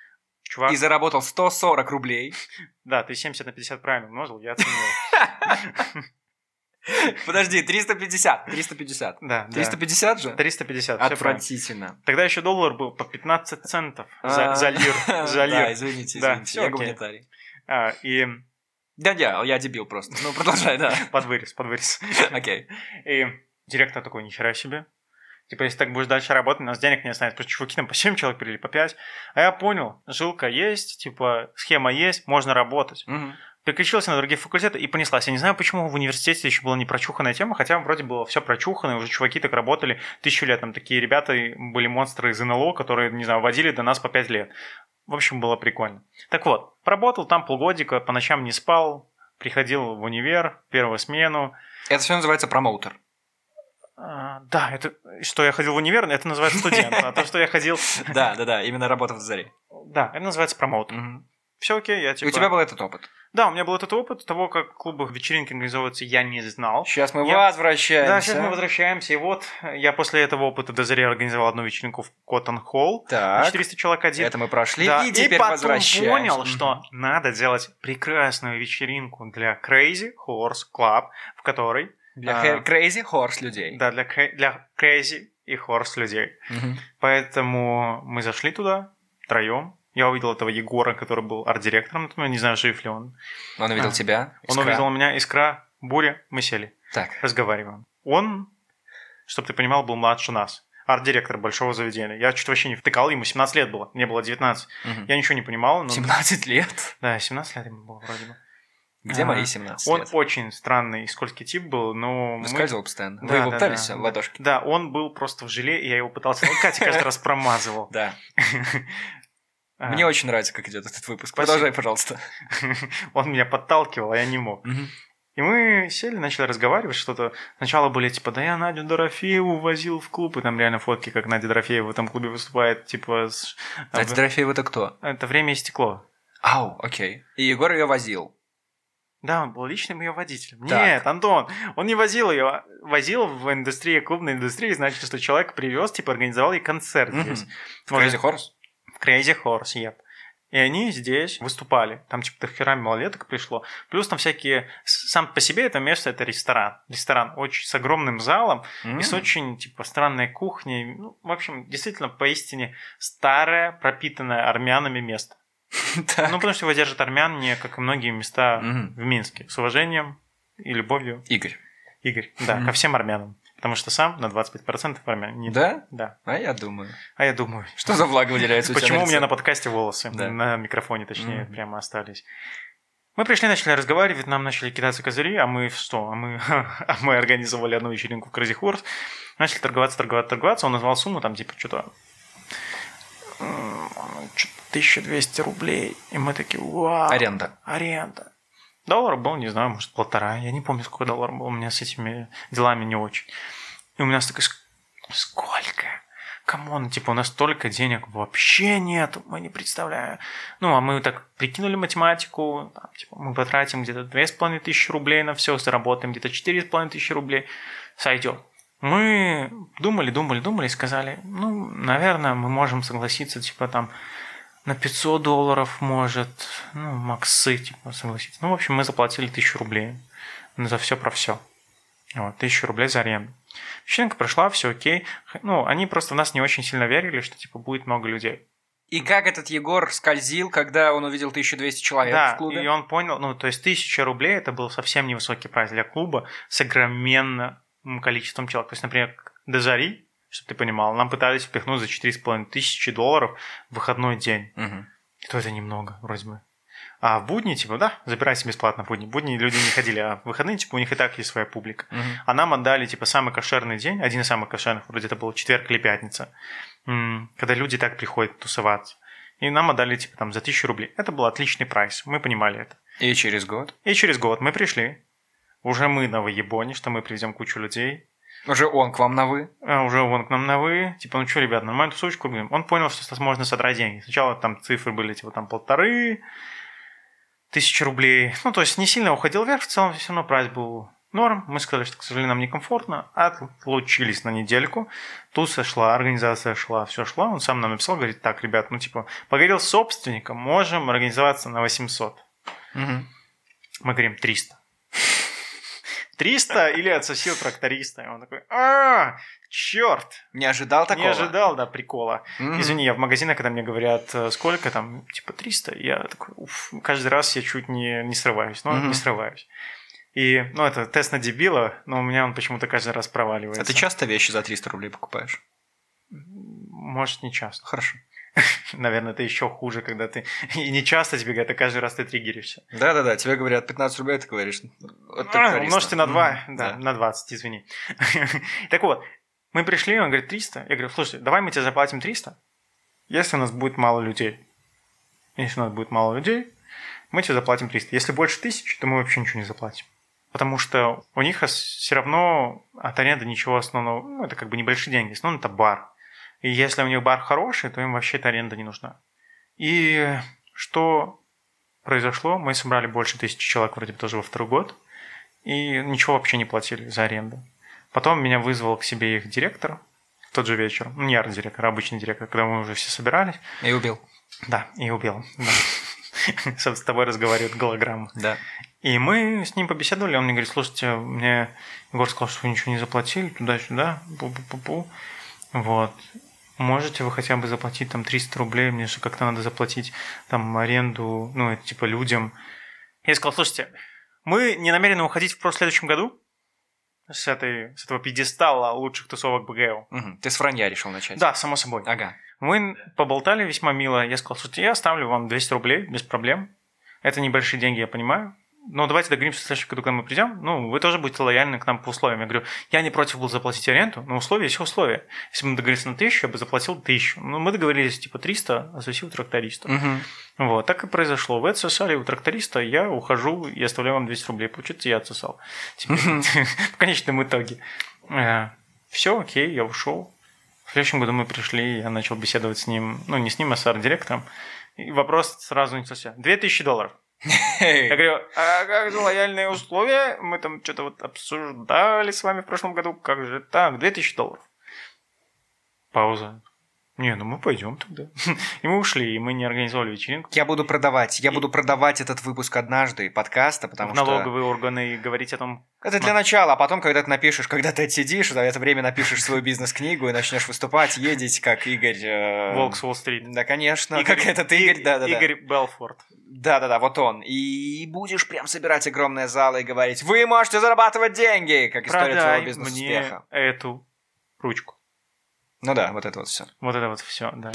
чувак... И заработал сто сорок рублей. Да, ты семьдесят на пятьдесят правильно умножил, я оценил. Подожди, триста пятьдесят. триста пятьдесят. Да, триста пятьдесят же? триста пятьдесят, все правильно. Отвратительно. Тогда еще доллар был по пятнадцать центов за, А, за лир. За лир. Да, извините, Да, извините, всё я окей. гуманитарий. А, и Да, я, я дебил просто. Ну, продолжай, да. подвырез, подвырез. Окей. И директор такой, нихера себе. Типа, если так будешь дальше работать, у нас денег не останется. Просто чуваки там по семь человек перели, по пять. А я понял, жилка есть, типа, схема есть, можно работать. Мгм. Переключился на другие факультеты и понеслась. Я не знаю, почему в университете еще была не прочуханная тема, хотя вроде было все прочухано, и уже чуваки так работали тысячу лет. Там такие ребята были монстры из эн эл о, которые, не знаю, водили до нас по пять лет. В общем, было прикольно. Так вот, поработал там полгодика, по ночам не спал, приходил в универ, первую смену. Это все называется промоутер. А, да, это что я ходил в универ, это называется студент. А то, что я ходил... Да, да, да, именно работа в заре. Да, это называется промоутер. Все окей, я И типа... у тебя был этот опыт. Да, у меня был этот опыт. Того, как клубы вечеринки организовываются, я не знал. Сейчас мы Я- возвращаемся. Да, сейчас мы возвращаемся. И вот я после этого опыта до зари организовал одну вечеринку в Коттон Холл. Так, четыреста человек один. это мы прошли, Да, и теперь потом возвращаемся. понял, что надо делать прекрасную вечеринку для Crazy Horse Club, в которой... Для а, хэ- Crazy Horse людей. Да, для, кра- для Crazy и Horse людей. Мгм. Поэтому мы зашли туда втроем. Я увидел этого Егора, который был арт-директором. Я не знаю, жив ли он. Он увидел А. тебя. Он Искра. увидел меня, Искра, Буря. Мы сели, Так. разговариваем. Он, чтобы ты понимал, был младше нас. Арт-директор большого заведения. Я что-то вообще не втыкал, ему семнадцать лет было. Мне было девятнадцать. Мгм. Я ничего не понимал. Но... семнадцать лет? Да, семнадцать лет ему было вроде бы. Где А, мои семнадцать Он лет? очень странный и скользкий тип был, но... мы- Выскальзывал постоянно. Да, Вы его да, пытались да, в да. ладошки? Да, он был просто в желе, и я его пытался толкать, и каждый раз промазывал. Да. А, Мне очень нравится, как идет этот выпуск. Спасибо. Продолжай, пожалуйста. Он меня подталкивал, а я не мог. И мы сели, начали разговаривать что-то. Сначала были типа, да я Надю Дорофееву возил в клуб, и там реально фотки, как Надя Дорофеева в этом клубе выступает, типа... С... Надя Дорофеева это кто? Это «Время и стекло». Ау, окей. И Егор ее возил. Да, он был личным ее водителем. Так. Нет, Антон, он не возил ее. Возил в индустрии, клубной индустрии, значит, что человек привез, типа, организовал ей концерт Мгм. здесь. В Crazy Horse? В Crazy Horse, yep. И они здесь выступали. Там, типа, до хера малолеток пришло. Плюс там всякие... Сам по себе это место, это ресторан. Ресторан очень с огромным залом и с М. очень, типа, странной кухней. Ну, в общем, действительно, поистине старое, пропитанное армянами место. Так. Ну, потому что его держат армяне, как и многие места Мгм. в Минске. С уважением и любовью. Игорь. Игорь, да, Мгм. ко всем армянам. Потому что сам на двадцать пять процентов армян. Не- Да? Да. А я думаю. А я думаю... Что за влага выделяется у тебя Почему на у меня лице? на подкасте волосы? Да. На микрофоне, точнее, Мгм. прямо остались. Мы пришли, начали разговаривать, нам начали кидаться козыри, а мы что? А мы, а мы организовали одну вечеринку в Crazy Horse. Начали торговаться, торговаться, торговаться. Он назвал сумму, там, типа, что-то... м, что-то тысяча двести рублей. И мы такие, вау. Аренда. Аренда. Доллар был, не знаю, может, полтора. Я не помню, сколько долларов было. У меня с этими делами не очень. И у меня такой, «Ск- сколько? Камон, типа, у нас столько денег вообще нет, мы не представляем. Ну, а мы так прикинули математику, там, типа, мы потратим где-то две с половиной тысячи рублей на все, заработаем где-то четыре с половиной тысячи рублей, сойдет. Мы думали, думали, думали и сказали, ну, наверное, мы можем согласиться, типа, там, на пятьсот долларов, может, ну, максы, типа, согласиться. Ну, в общем, мы заплатили тысячу рублей за все про все. Вот, тысячу рублей за аренду. Вечеринка прошла, все окей. Ну, они просто в нас не очень сильно верили, что, типа, будет много людей. И как этот Егор скользил, когда он увидел тысячу двести человек Да, в клубе? и он понял, ну, то есть тысяча рублей это был совсем невысокий прайс для клуба с огроменным количеством человек. То есть, например, до зари, чтобы ты понимал, нам пытались впихнуть за четыре с половиной тысячи долларов в выходной день. Мгм. То это немного, вроде бы. А в будни, типа, да, забирайся бесплатно в будни. В будни люди не ходили, а в выходные, типа, у них и так есть своя публика. Мгм. А нам отдали, типа, самый кошерный день, один из самых кошерных, вроде это был четверг или пятница, м, когда люди так приходят тусоваться. И нам отдали, типа, там, за тысячу рублей. Это был отличный прайс, мы понимали это. И через год? И через год мы пришли, уже мы на выебоне, что мы привезем кучу людей, Уже он к вам на «вы»? а уже он к нам на «вы», типа, ну что, ребят, нормальную тусовочку будем. Он понял, что можно содрать деньги. Сначала там цифры были, типа, там, полторы тысячи рублей. Ну, то есть не сильно уходил вверх, в целом все равно прайс был Норм. Мы сказали, что, к сожалению, нам некомфортно. Отлучились на недельку. Туса шла, организация шла, все шло. Он сам нам написал, говорит, так, ребят, ну типа, поговорил с собственником, можем организоваться на восемьсот. Угу. Мы говорим, триста. триста или отсосил тракториста. И он такой, а, черт. Не ожидал такого? Не ожидал, да, прикола. Mm-hmm. Извини, я в магазине, когда мне говорят, сколько там, типа триста, я такой, уф, каждый раз я чуть не, не срываюсь, но mm-hmm. не срываюсь. И, ну, это тест на дебила, но у меня он почему-то каждый раз проваливается. А ты часто вещи за триста рублей покупаешь? Может, не часто. Хорошо. Наверное, это еще хуже, когда ты... И не часто тебе говорят, а каждый раз ты триггеришься. Да-да-да, тебе говорят пятнадцать рублей, ты говоришь... А, умножьте на два, mm-hmm. да, да, на двадцать, извини. Так вот, мы пришли, он говорит, триста. Я говорю, слушай, давай мы тебе заплатим триста, если у нас будет мало людей. Если у нас будет мало людей, мы тебе заплатим триста. Если больше тысячи, то мы вообще ничего не заплатим. Потому что у них все равно от аренды ничего основного... Ну, это как бы небольшие деньги. Основном это бар. И если у них бар хороший, то им вообще эта аренда не нужна. И что произошло? Мы собрали больше тысячи человек вроде бы тоже во второй год. И ничего вообще не платили за аренду. Потом меня вызвал к себе их директор в тот же вечер. Ну, не арт-директор, а обычный директор, когда мы уже все собирались. И убил. Да, и убил. С тобой разговаривает голограмма. Да. И мы с ним побеседовали. Он мне говорит, слушайте, мне Егор сказал, что вы ничего не заплатили, туда-сюда, пу-пу-пу-пу. Вот. Можете вы хотя бы заплатить там триста рублей, мне же как-то надо заплатить там аренду, ну, это типа людям. Я сказал, слушайте, мы не намерены уходить в следующем году с, этой, с этого пьедестала лучших тусовок БГЛ. Угу. Ты с вранья решил начать? Да, само собой. Ага. Мы поболтали весьма мило. Я сказал, слушайте, я оставлю вам двести рублей без проблем. Это небольшие деньги, я понимаю. Но давайте договоримся в следующем году, когда мы придем. Ну, вы тоже будете лояльны к нам по условиям. Я говорю, я не против был заплатить аренду, но условия есть условия. Если бы мы договорились на тысячу, я бы заплатил тысячу. Ну, мы договорились, типа, триста, а засил тракториста. Угу. Вот, так и произошло. Вы отсосали у тракториста, я ухожу и оставляю вам двести рублей. Получается, я отсосал. В конечном итоге. Все, окей, я ушел. В следующем году мы пришли, я начал беседовать с ним, ну, не с ним, а с арт-директором. И вопрос сразу начался. Две тысячи долларов. Я говорю, а как же лояльные условия? Мы там что-то вот обсуждали с вами в прошлом году. Как же так? Две тысячи долларов. Пауза. Не, ну мы пойдем тогда. И мы ушли, и мы не организовали вечеринку. Я буду продавать, я и... буду продавать этот выпуск однажды подкаста, потому в что... налоговые органы и говорить о том... Это для начала, а потом, когда ты напишешь, когда ты отсидишь, за это время напишешь свою бизнес-книгу и начнешь выступать, ездить, как Игорь... Э... Волк с Уолл-стрит. Да, конечно. Игорь... Как этот Игорь, да-да-да. Игорь Белфорд. Да-да-да, вот он. И будешь прям собирать огромные залы и говорить, вы можете зарабатывать деньги, как история Продай твоего бизнес-успеха. Мне эту ручку. Ну да, вот это вот все. Вот это вот все, да.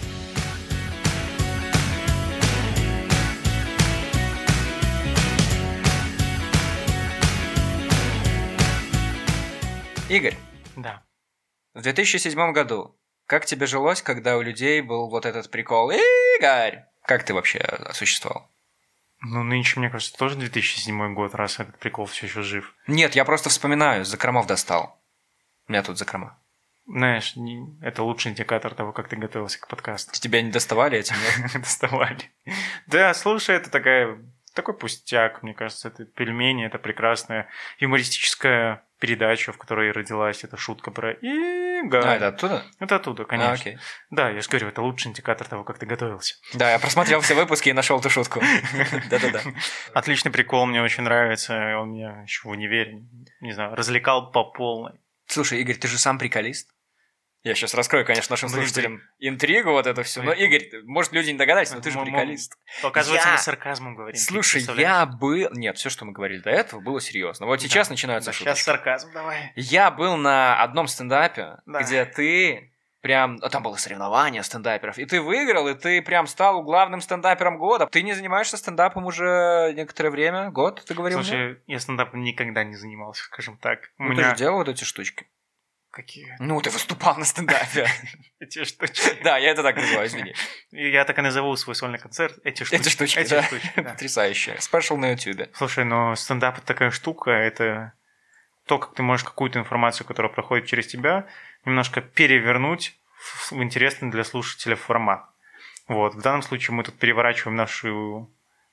Игорь. Да. В две тысячи седьмом году как тебе жилось, когда у людей был вот этот прикол? Игорь! Как ты вообще существовал? Ну, нынче, мне кажется, тоже две тысячи седьмой год, раз этот прикол все еще жив. Нет, я просто вспоминаю, закромов достал. У меня тут закрома. Знаешь, это лучший индикатор того, как ты готовился к подкасту. Тебя не доставали этим? Доставали. Да, слушай, это такая, такой пустяк, мне кажется. Это пельмени, это прекрасная юмористическая передача, в которой родилась эта шутка про Игорь. А, это оттуда? Это оттуда, конечно. А, окей. Да, я же говорю, это лучший индикатор того, как ты готовился. Да, я просмотрел все выпуски и нашел эту шутку. Да-да-да. Отличный прикол, мне очень нравится. Он меня еще в универе, не знаю, развлекал по полной. Слушай, Игорь, ты же сам приколист? Я сейчас раскрою, конечно, нашим Блин, слушателям интригу вот это все. Но, Игорь, может, люди не догадались, но ты же приколист. Оказывается, я... мы сарказмом говорим. Слушай, я был... Нет, все, что мы говорили до этого, было серьезно. Вот сейчас да, начинаются да, шутки. Сейчас сарказм давай. Я был на одном стендапе, да. где ты прям... А там было соревнование стендаперов, и ты выиграл, и ты прям стал главным стендапером года. Ты не занимаешься стендапом уже некоторое время? Год, ты говорил? Слушай, мне? я стендапом никогда не занимался, скажем так. Ну, меня... ты же делал вот эти штучки. Какие? Ну, ты выступал на стендапе. Эти штучки. Да, я это так называю, извини. Я так и назову свой сольный концерт. Эти штучки. Эти штучки, Эти да. штучки, да. Потрясающе. Спешл на ютубе. Слушай, но стендап – это такая штука, это то, как ты можешь какую-то информацию, которая проходит через тебя, немножко перевернуть в интересный для слушателя формат. Вот. В данном случае мы тут переворачиваем нашу,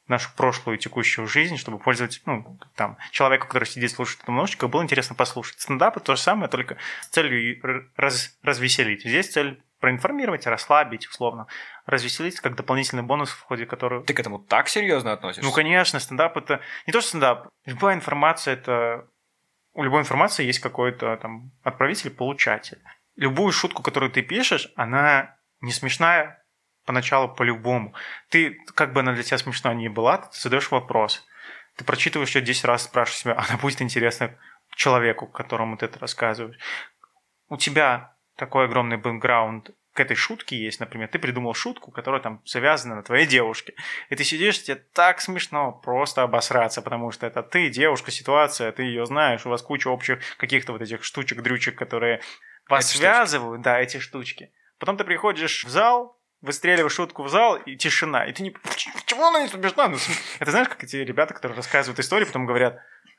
нашу прошлую и текущую жизнь, чтобы пользоваться, ну, там, человеку, который сидит, слушает эту множечко, было интересно послушать. Стендап — это то же самое, только с целью раз, развеселить. Здесь цель проинформировать, расслабить, условно, развеселить, как дополнительный бонус, в ходе которого... Ты к этому так серьезно относишься? Ну, конечно, стендап — это не то, что стендап. Любая информация — это... У любой информации есть какой-то там отправитель, получатель. Любую шутку, которую ты пишешь, она не смешная поначалу по-любому. Ты, как бы она для тебя смешная ни была, ты задаешь вопрос. Ты прочитываешь ее десять раз, спрашиваешь себя, она будет интересна человеку, которому ты это рассказываешь. У тебя такой огромный бэкграунд к этой шутке есть, например, ты придумал шутку, которая там завязана на твоей девушке, и ты сидишь, тебе так смешно просто обосраться, потому что это ты, девушка, ситуация, ты ее знаешь, у вас куча общих каких-то вот этих штучек-дрючек, которые вас эти связывают, штучки. Да, эти штучки. Потом ты приходишь в зал, выстреливаешь шутку в зал, и тишина, и ты не... Почему она не смешна? Это знаешь, как эти ребята, которые рассказывают истории, потом говорят: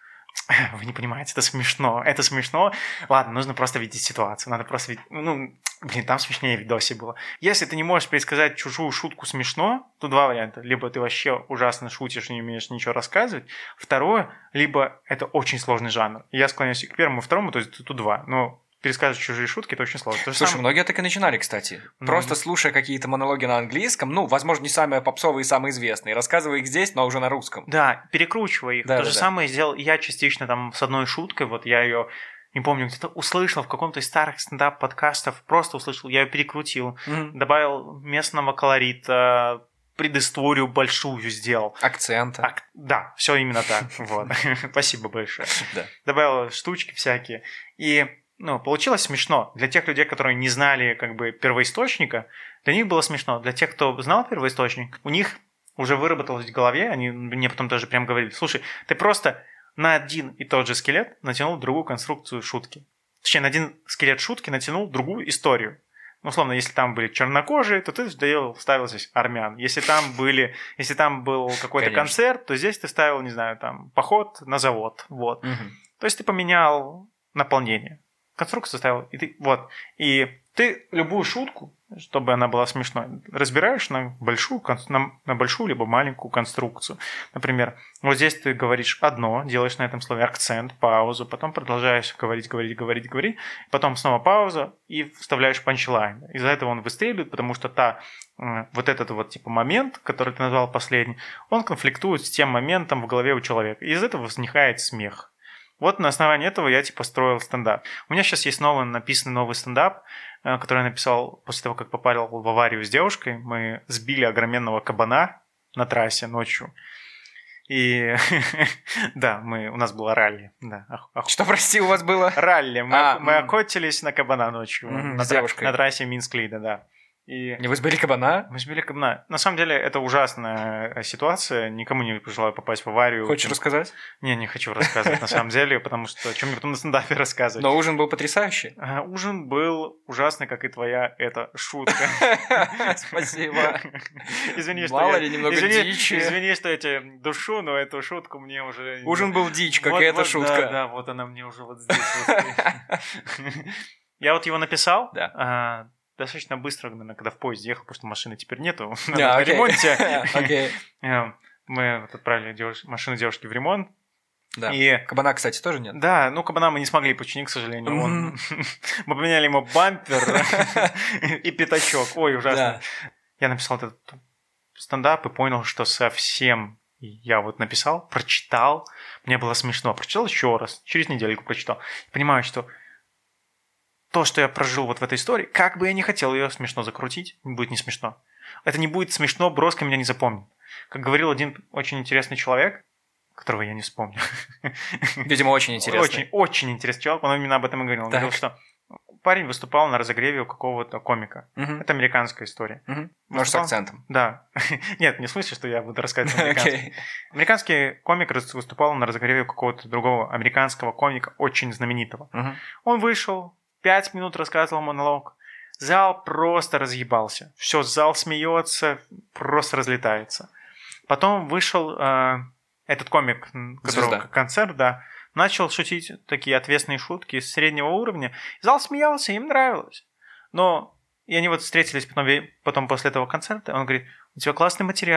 вы не понимаете, это смешно, это смешно. Ладно, нужно просто видеть ситуацию, надо просто видеть... Ну, блин, там смешнее в видосе было. Если ты не можешь предсказать чужую шутку смешно, то два варианта. Либо ты вообще ужасно шутишь и не умеешь ничего рассказывать. Второе, либо это очень сложный жанр. Я склоняюсь к первому и второму, то есть тут два. Но пересказывать чужие шутки — это очень сложно. То Слушай, самое... многие так и начинали, кстати. Ну, просто слушая какие-то монологи на английском, ну, возможно, не самые попсовые и самые известные, рассказывая их здесь, но уже на русском. Да, перекручивая их. Да, То да, же да. самое сделал я частично там с одной шуткой. Вот я ее, не помню, где-то услышал в каком-то из старых стендап-подкастов, просто услышал, я ее перекрутил, mm-hmm. добавил местного колорита, предысторию большую сделал. Акцента. Ак... Да, все именно так. Вот. Спасибо большое. Добавил штучки всякие. И ну, получилось смешно. Для тех людей, которые не знали как бы первоисточника, для них было смешно. Для тех, кто знал первоисточник, у них уже выработалось в голове, они мне потом тоже прям говорили: слушай, ты просто на один и тот же скелет натянул другую конструкцию шутки. Точнее, на один скелет шутки натянул другую историю. Ну, условно, если там были чернокожие, то ты вставил здесь армян. Если там были, если там был какой-то Конечно. концерт, то здесь ты ставил, не знаю, там, поход на завод. Вот. Угу. То есть ты поменял наполнение. Конструкцию ставил, и ты, вот, и ты любую шутку, чтобы она была смешной, разбираешь на большую, на, на большую либо маленькую конструкцию. Например, вот здесь ты говоришь одно, делаешь на этом слове акцент, паузу, потом продолжаешь говорить, говорить, говорить, говорить, потом снова пауза и вставляешь панчлайн. Из-за этого он выстреливает, потому что та, вот этот вот типа момент, который ты назвал последний, он конфликтует с тем моментом в голове у человека. И из этого возникает смех. Вот на основании этого я типа строил стендап. У меня сейчас есть новый, написанный новый стендап, который я написал после того, как попал в аварию с девушкой. Мы сбили огроменного кабана на трассе ночью. И да, мы, у нас было ралли. Да. Что, прости, у вас было? Ралли. Мы, а, мы охотились на кабана ночью. Mm-hmm, на, с девушкой. На трассе Минск-Лида, да. И... и вы сбили кабана? Мы сбили кабана. На самом деле, это ужасная ситуация. Никому не пожелаю попасть в аварию. Хочешь Тем... рассказать? Не, не хочу рассказывать на самом деле, потому что чем мне потом на стендапе рассказывать. Но ужин был потрясающий. А, ужин был ужасный, как и твоя эта шутка. Спасибо. Извини, что Мало я... ли, немного дичи. Извини, что я тебе душу, но эту шутку мне уже... Ужин был дичь, как и эта шутка. Да, да, вот она мне уже вот здесь. Я вот его написал. Да. Достаточно быстро, наверное, когда в поезде ехал, потому что машины теперь нету. Yeah, на okay. ремонте. Okay. Мы вот отправили девуш... машину девушки в ремонт. Да. И... Кабана, кстати, тоже нет? Да, ну кабана мы не смогли починить, к сожалению. Mm-hmm. Он... мы поменяли ему бампер и пятачок. Ой, ужасно. Да. Я написал этот стендап и понял, что совсем я вот написал, прочитал, мне было смешно. Прочитал еще раз, через недельку прочитал. Понимаю, что то, что я прожил вот в этой истории, как бы я не хотел ее смешно закрутить, будет не смешно. Это не будет смешно, Броско меня не запомнит. Как говорил один очень интересный человек, которого я не вспомню. Видимо, очень интересный. Очень, очень интересный человек, он именно об этом и говорил. Он так. говорил, что парень выступал на разогреве у какого-то комика. Угу. Это американская история. Угу. Может, с акцентом. Да. Нет, не в смысле, что я буду рассказывать американский. Okay. Американский комик выступал на разогреве у какого-то другого американского комика, очень знаменитого. Угу. Он вышел, пять минут рассказывал монолог. Зал просто разъебался. Все, зал смеется, просто разлетается. Потом вышел э, этот комик, которого концерт, да, начал шутить такие отвесные шутки среднего уровня. Зал смеялся, им нравилось. Но и они вот встретились потом, потом после этого концерта. Он говорит: у тебя классный материал,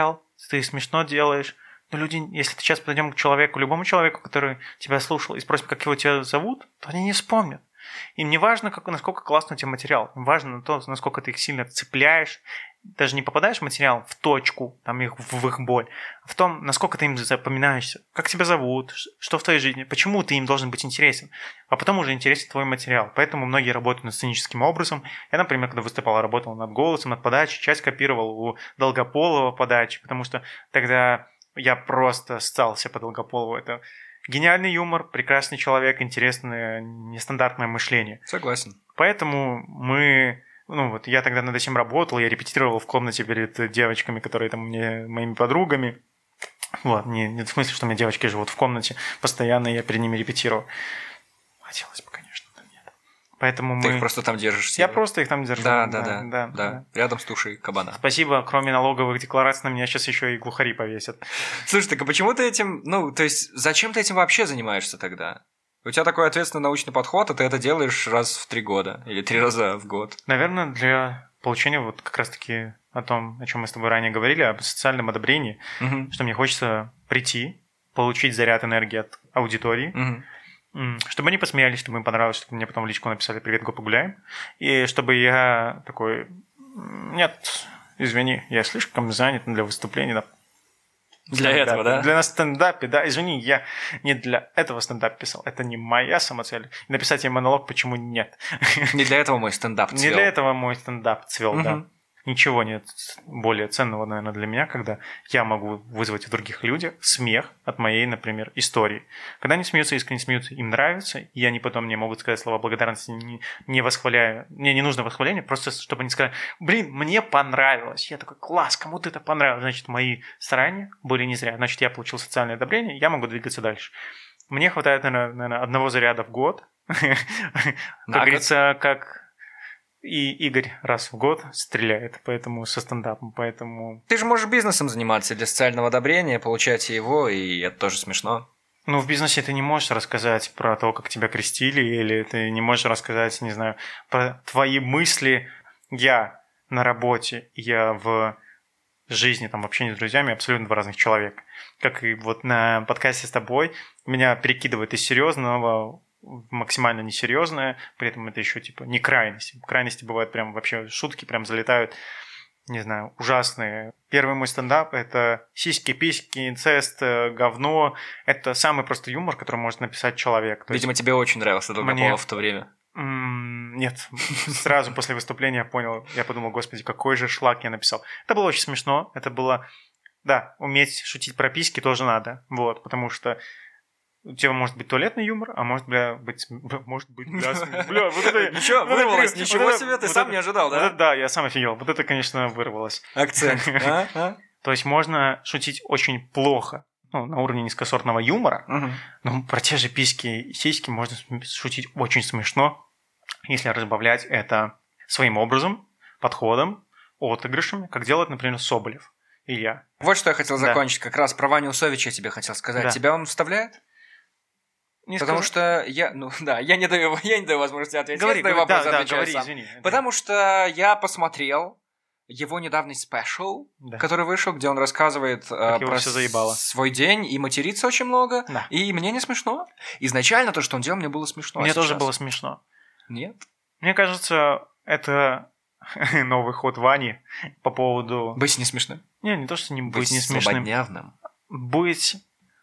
ты смешно делаешь. Но люди, если ты сейчас подойдем к человеку, любому человеку, который тебя слушал, и спросим, как его тебя зовут, то они не вспомнят. Им не важно, как, насколько классный у тебя материал. Им важно то, насколько ты их сильно цепляешь. Даже не попадаешь в материал в точку, там, их, в их боль, а в том, насколько ты им запоминаешься. Как тебя зовут, что в твоей жизни, почему ты им должен быть интересен. А потом уже интересен твой материал. Поэтому многие работают над сценическим образом. Я, например, когда выступал, работал над голосом, над подачей. Часть копировал у Долгополова подачи, потому что тогда я просто ссался по Долгополову. Это гениальный юмор, прекрасный человек, интересное, нестандартное мышление. Согласен. Поэтому мы... Ну вот, я тогда над этим работал, я репетировал в комнате перед девочками, которые там мне, моими подругами. Вот, не, не в смысле, что у меня девочки живут в комнате, постоянно я перед ними репетировал. Хотелось бы, конечно, но нет. Поэтому Ты мы... их просто там держишь. Я просто их там держу. Да, да, да, да, да, да. да. Рядом с тушей кабана. Спасибо, кроме налоговых деклараций, на меня сейчас еще и глухари повесят. Слушай, так а почему ты этим... Ну, то есть, зачем ты этим вообще занимаешься тогда? У тебя такой ответственный научный подход, а ты это делаешь раз в три года или три раза в год. Наверное, для получения вот как раз-таки о том, о чем мы с тобой ранее говорили, об социальном одобрении, Угу. что мне хочется прийти, получить заряд энергии от аудитории, Угу. чтобы они посмеялись, чтобы им понравилось, чтобы мне потом в личку написали «Привет, го погуляем», и чтобы я такой «Нет, извини, я слишком занят для выступления». Да. Для этого, да? Для на стендапе, да. Извини, я не для этого стендап писал. Это не моя самоцель. Написать ей монолог, почему нет. Не для этого мой стендап цвел. Не для этого мой стендап цвел, Мгм. да. Ничего нет более ценного, наверное, для меня, когда я могу вызвать в других людях смех от моей, например, истории. Когда они смеются, искренне смеются, им нравится, и они потом мне могут сказать слова благодарности, не, не восхваляя. Мне не нужно восхваление, просто чтобы они сказали, блин, мне понравилось. Я такой, класс, кому-то это понравилось. Значит, мои старания были не зря. Значит, я получил социальное одобрение, я могу двигаться дальше. Мне хватает, наверное, наверное одного заряда в год. Как говорится, как... И Игорь раз в год стреляет, поэтому со стендапом, поэтому... Ты же можешь бизнесом заниматься для социального одобрения, получать его, и это тоже смешно. Ну, в бизнесе ты не можешь рассказать про то, как тебя крестили, или ты не можешь рассказать, не знаю, про твои мысли. Я на работе, я в жизни, там, в общении с друзьями абсолютно два разных человека. Как и вот на подкасте с тобой меня перекидывает из серьезного в максимально несерьезное, при этом это еще типа не крайности. Крайности бывают прям вообще шутки прям залетают, не знаю, ужасные. Первый мой стендап – это сиськи, письки, инцест, говно. Это самый простой юмор, который может написать человек. То Видимо, есть, тебе очень нравился Долгополов мне- в то время. м, нет, сразу после выступления я понял, я подумал, господи, какой же шлак я написал. Это было очень смешно, это было, да, уметь шутить про письки тоже надо, вот, потому что у тебя может быть туалетный юмор, а может, бля, быть, может быть, бля, бля, вот это... Ничего, вот это- вырвалось, вот ничего это- себе, ты вот сам это- не ожидал, вот да? это- Да, я сам офигел, вот это, конечно, вырвалось. Акцент. А? А? То есть можно шутить очень плохо, ну, на уровне низкосортного юмора, Мгм. но про те же письки и сиськи можно см- шутить очень смешно, если разбавлять это своим образом, подходом, отыгрышами, как делает, например, Соболев и я. Вот что я хотел Да. закончить. Как раз про Ваню Усовича я тебе хотел сказать. Да. Тебя он вставляет? Не Потому скажу- что я, ну да, я не даю, я не даю возможности ответить. Говори, я задаю говори, вопрос, да, да, отвечаю говори, сам. извини. Потому что я посмотрел его недавний спешл, Да. который вышел, где он рассказывает э, его про всё заебало. свой день и матерится очень много. Да. И мне не смешно. Изначально то, что он делал, мне было смешно. а Мне тоже сейчас? было смешно. Нет. Мне кажется, это новый ход Вани по поводу... Быть не смешным. Не, не то, что не быть Быть не смешным. злободневным. Быть...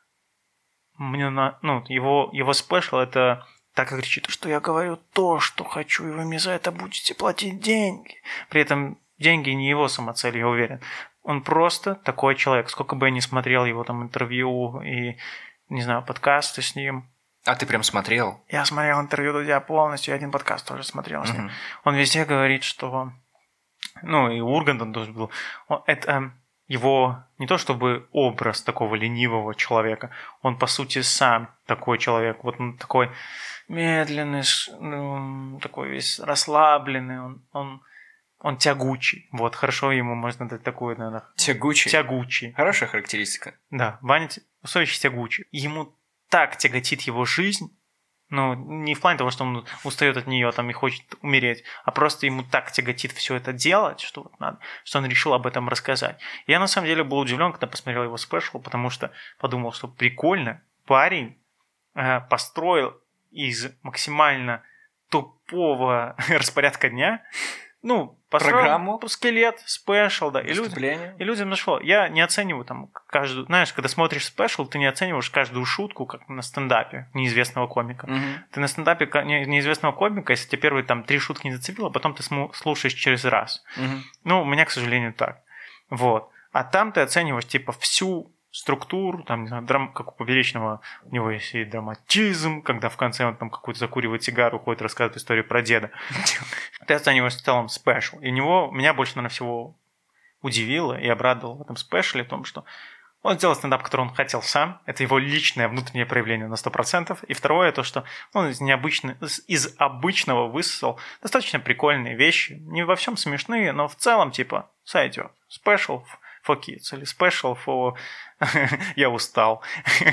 Мне на... Ну, его, его спешл это так как кричит, что я говорю то, что хочу, и вы мне за это будете платить деньги. При этом деньги не его самоцель, я уверен. Он просто такой человек. Сколько бы я ни смотрел его там интервью и, не знаю, подкасты с ним. А ты прям смотрел? Я смотрел интервью Дудя полностью, и один подкаст тоже смотрел с ним. Мгм. Он везде говорит, что... Ну, и Ургант он тоже был. Он- Это его не то чтобы образ такого ленивого человека, он, по сути, сам такой человек. Вот он такой медленный, ш- ну, такой весь расслабленный, он, он, он тягучий. Вот, хорошо ему можно дать такую, наверное, Тягучий. тягучий. Хорошая характеристика. Да, Ваня Т- Усович тягучий. Ему так тяготит его жизнь, Ну, не в плане того, что он устает от нее там и хочет умереть, а просто ему так тяготит все это делать, что вот надо, что он решил об этом рассказать. Я на самом деле был удивлен, когда посмотрел его спешл, потому что подумал, что прикольно, парень э, построил из максимально тупого распорядка дня, ну, программу, скелет, спешл, да, и людям, и людям нашло. Я не оцениваю там каждую, знаешь, когда смотришь спешл, ты не оцениваешь каждую шутку, как на стендапе неизвестного комика. Mm-hmm. Ты на стендапе неизвестного комика, если тебе первые там три шутки не зацепило, а потом ты слушаешь через раз. Mm-hmm. Ну, у меня, к сожалению, так. Вот. А там ты оцениваешь, типа, всю структуру, там, не знаю, драм, как у Поперечного, у него есть и драматизм, когда в конце он там какую-то закуривает сигару, уходит, рассказывает историю про деда. Ты оцениваешь в целом спешл. И него, меня больше, наверное, всего удивило и обрадовало в этом спешле, в том, что он сделал стендап, который он хотел сам. Это его личное внутреннее проявление на сто процентов. И второе, то, что он из, необычно, из обычного высосал достаточно прикольные вещи. Не во всем смешные, но в целом, типа, сойдет. Спешл for kids или special for я устал.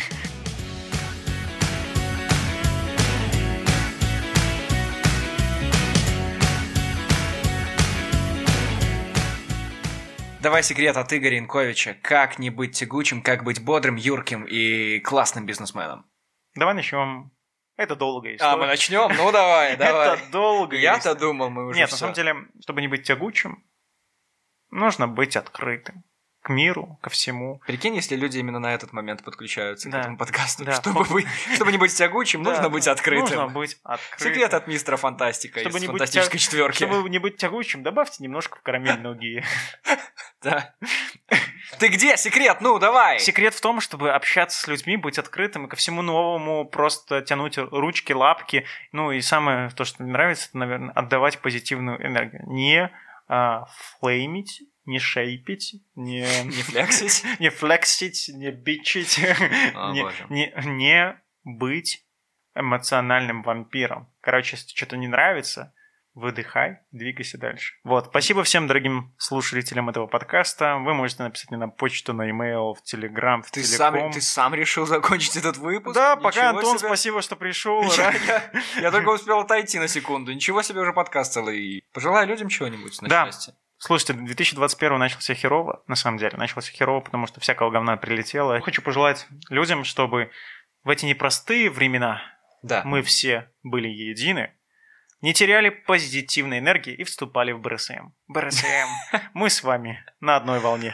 Давай секрет от Игоря Янковича. Как не быть тягучим, как быть бодрым, юрким и классным бизнесменом? Давай начнем. Это долгая история. А, мы начнем? Ну давай, давай. Это долгая история. Я-то думал, мы уже Нет, все. на самом деле, чтобы не быть тягучим, нужно быть открытым к миру, ко всему. Прикинь, если люди именно на этот момент подключаются да. к этому подкасту. Да. Чтобы, быть, чтобы не быть тягучим, да, нужно быть открытым. Нужно быть открытым. Секрет от мистера Фантастика чтобы из не Фантастической тя... четверки. Чтобы не быть тягучим, добавьте немножко в карамель ноги. Да. Ты где? Секрет, ну давай! Секрет в том, чтобы общаться с людьми, быть открытым и ко всему новому просто тянуть ручки, лапки. Ну и самое, то, что мне нравится, это, наверное, отдавать позитивную энергию. Не а, флеймить, не шейпить, не... Не флексить. Не флексить, не бичить. О, не, боже. не, не быть эмоциональным вампиром. Короче, если что-то не нравится, выдыхай, двигайся дальше. Вот. Спасибо всем дорогим слушателям этого подкаста. Вы можете написать мне на почту, на e-mail, в Telegram, в ты Телеком. Сам, ты сам решил закончить этот выпуск? Да, Ничего пока, Антон, себе. спасибо, что пришел. Я, я, я только успел отойти на секунду. Ничего себе, уже подкаст целый. Пожелаю людям чего-нибудь на да. счастье. Слушайте, две тысячи двадцать первый начался херово, на самом деле. Начался херово, потому что всякого говна прилетело. Я хочу пожелать людям, чтобы в эти непростые времена да. мы все были едины, не теряли позитивной энергии и вступали в БРСМ. БРСМ. Мы с вами на одной волне.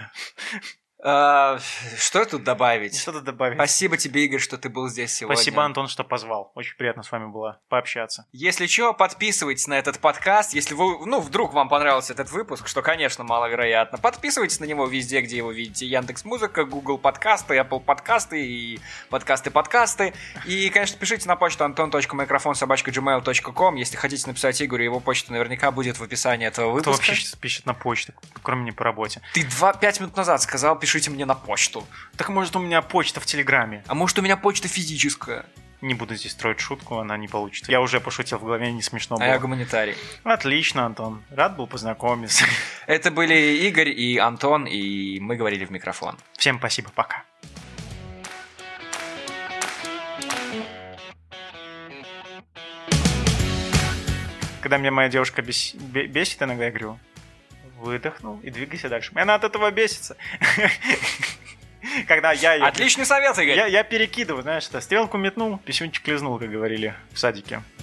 А, что тут добавить? Что тут добавить? Спасибо тебе, Игорь, что ты был здесь сегодня. Спасибо, Антон, что позвал. Очень приятно с вами было пообщаться. Если что, подписывайтесь на этот подкаст. Если вы, ну, вдруг вам понравился этот выпуск, что, конечно, маловероятно, подписывайтесь на него везде, где его видите. Яндекс.Музыка, Google подкасты, Apple подкасты и подкасты-подкасты. И, конечно, пишите на почту антон точка микрофон собака джи мейл точка ком. Если хотите написать Игорю, его почта наверняка будет в описании этого выпуска. Кто вообще сейчас пишет на почту, кроме меня по работе? Ты два, пять минут назад сказал, пишите мне на почту. Так может у меня почта в Телеграме? А может у меня почта физическая? Не буду здесь строить шутку, она не получится. Я уже пошутил в голове, не смешно было. А я гуманитарий. Отлично, Антон. Рад был познакомиться. Это были Игорь и Антон, и мы говорили в микрофон. Всем спасибо, пока. Когда меня моя девушка бес... бесит, иногда я говорю: выдохнул и двигайся дальше. И она от этого бесится. Когда я ее... Отличный совет, Игорь! Я, я перекидываю, знаешь, что стрелку метнул, писюнчик лизнул, как говорили в садике.